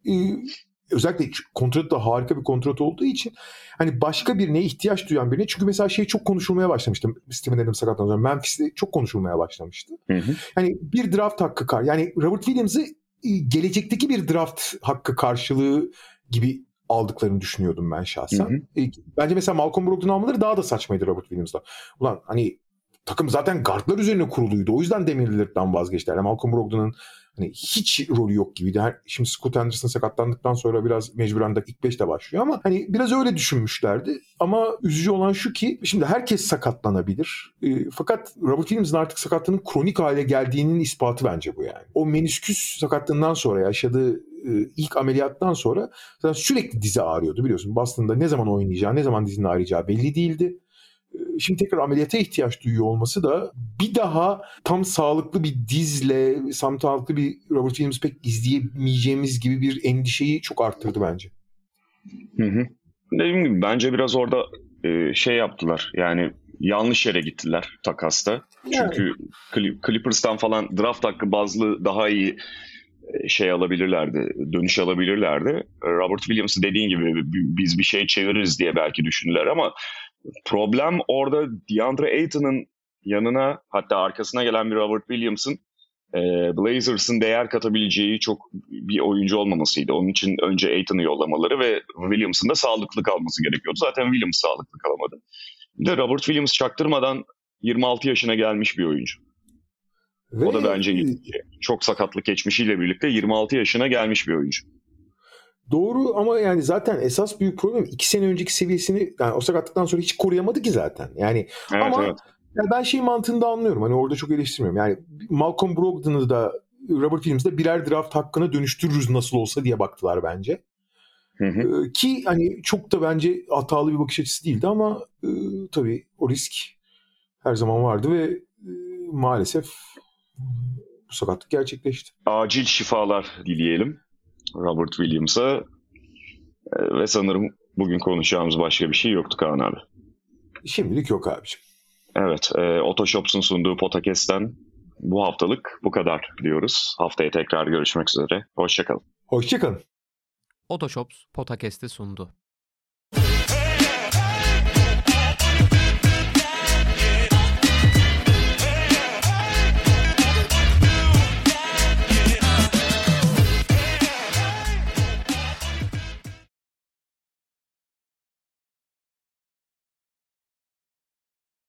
özellikle kontratı da harika bir kontrat olduğu için hani başka birine ihtiyaç duyan birine, çünkü mesela şey çok konuşulmaya başlamıştı. Steven Adams sakatlandı sonra Memphis'te çok konuşulmaya başlamıştı. Hı hı. Yani bir draft hakkı kar. Yani Robert Williams'ı gelecekteki bir draft hakkı karşılığı gibi aldıklarını düşünüyordum ben şahsen. Hı hı. Bence mesela Malcolm Brogdon'u almaları daha da saçmaydı Robert Williams'la. Ulan hani takım zaten guardlar üzerine kuruluydu. O yüzden Damian Lillard'dan vazgeçtiler. Yani Malcolm Brogdon'un hani hiç rolü yok gibiydi. Şimdi Scoot Anderson sakatlandıktan sonra biraz mecburen de ilk beşte başlıyor ama hani biraz öyle düşünmüşlerdi. Ama üzücü olan şu ki şimdi herkes sakatlanabilir. E, fakat Robert Williams'ın artık sakatlığının kronik hale geldiğinin ispatı bence bu yani. O menisküs sakatlığından sonra yaşadığı e, ilk ameliyattan sonra zaten sürekli dizi ağrıyordu biliyorsun. Boston'da ne zaman oynayacağı, ne zaman dizinin ağrıyacağı belli değildi. Şimdi tekrar ameliyata ihtiyaç duyuyor olması da bir daha tam sağlıklı bir dizle, tam sağlıklı bir Robert Williams pek izleyemeyeceğimiz gibi bir endişeyi çok arttırdı bence. Hı hı. Dediğim gibi bence biraz orada e, şey yaptılar. Yani yanlış yere gittiler takasta. Yani. Çünkü Clippers'tan falan draft hakkı bazlı daha iyi şey alabilirlerdi, dönüş alabilirlerdi. Robert Williams'ı dediğin gibi biz bir şey çeviririz diye belki düşündüler ama problem orada DeAndre Ayton'un yanına, hatta arkasına gelen bir Robert Williams'ın e, Blazers'ın değer katabileceği çok bir oyuncu olmamasıydı. Onun için önce Ayton'u yollamaları ve Williams'ın da sağlıklı kalması gerekiyordu. Zaten Williams sağlıklı kalamadı. Bir de Robert Williams çaktırmadan yirmi altı yaşına gelmiş bir oyuncu. Ve... O da bence çok sakatlık geçmişiyle birlikte yirmi altı yaşına gelmiş bir oyuncu. Doğru ama yani zaten esas büyük problem iki sene önceki seviyesini yani o sakatlıktan sonra hiç koruyamadı ki zaten. Yani evet, ama evet. Yani ben şey mantığını da anlıyorum. Hani orada çok eleştirmiyorum. Yani Malcolm Brogdon'u da Robert Williams'da birer draft hakkına dönüştürürüz nasıl olsa diye baktılar bence. Hı hı. Ki hani çok da bence hatalı bir bakış açısı değildi ama e, tabii o risk her zaman vardı ve e, maalesef bu bu sakatlık gerçekleşti. Acil şifalar dileyelim Robert Williams'a e, ve sanırım bugün konuşacağımız başka bir şey yoktu Kaan abi. Şimdilik yok abiciğim. Evet, e, Otoshops'un sunduğu Podcast'ten bu haftalık bu kadar diyoruz. Haftaya tekrar görüşmek üzere. Hoşçakalın. Hoşçakalın. Otoshops Podcast'i sundu.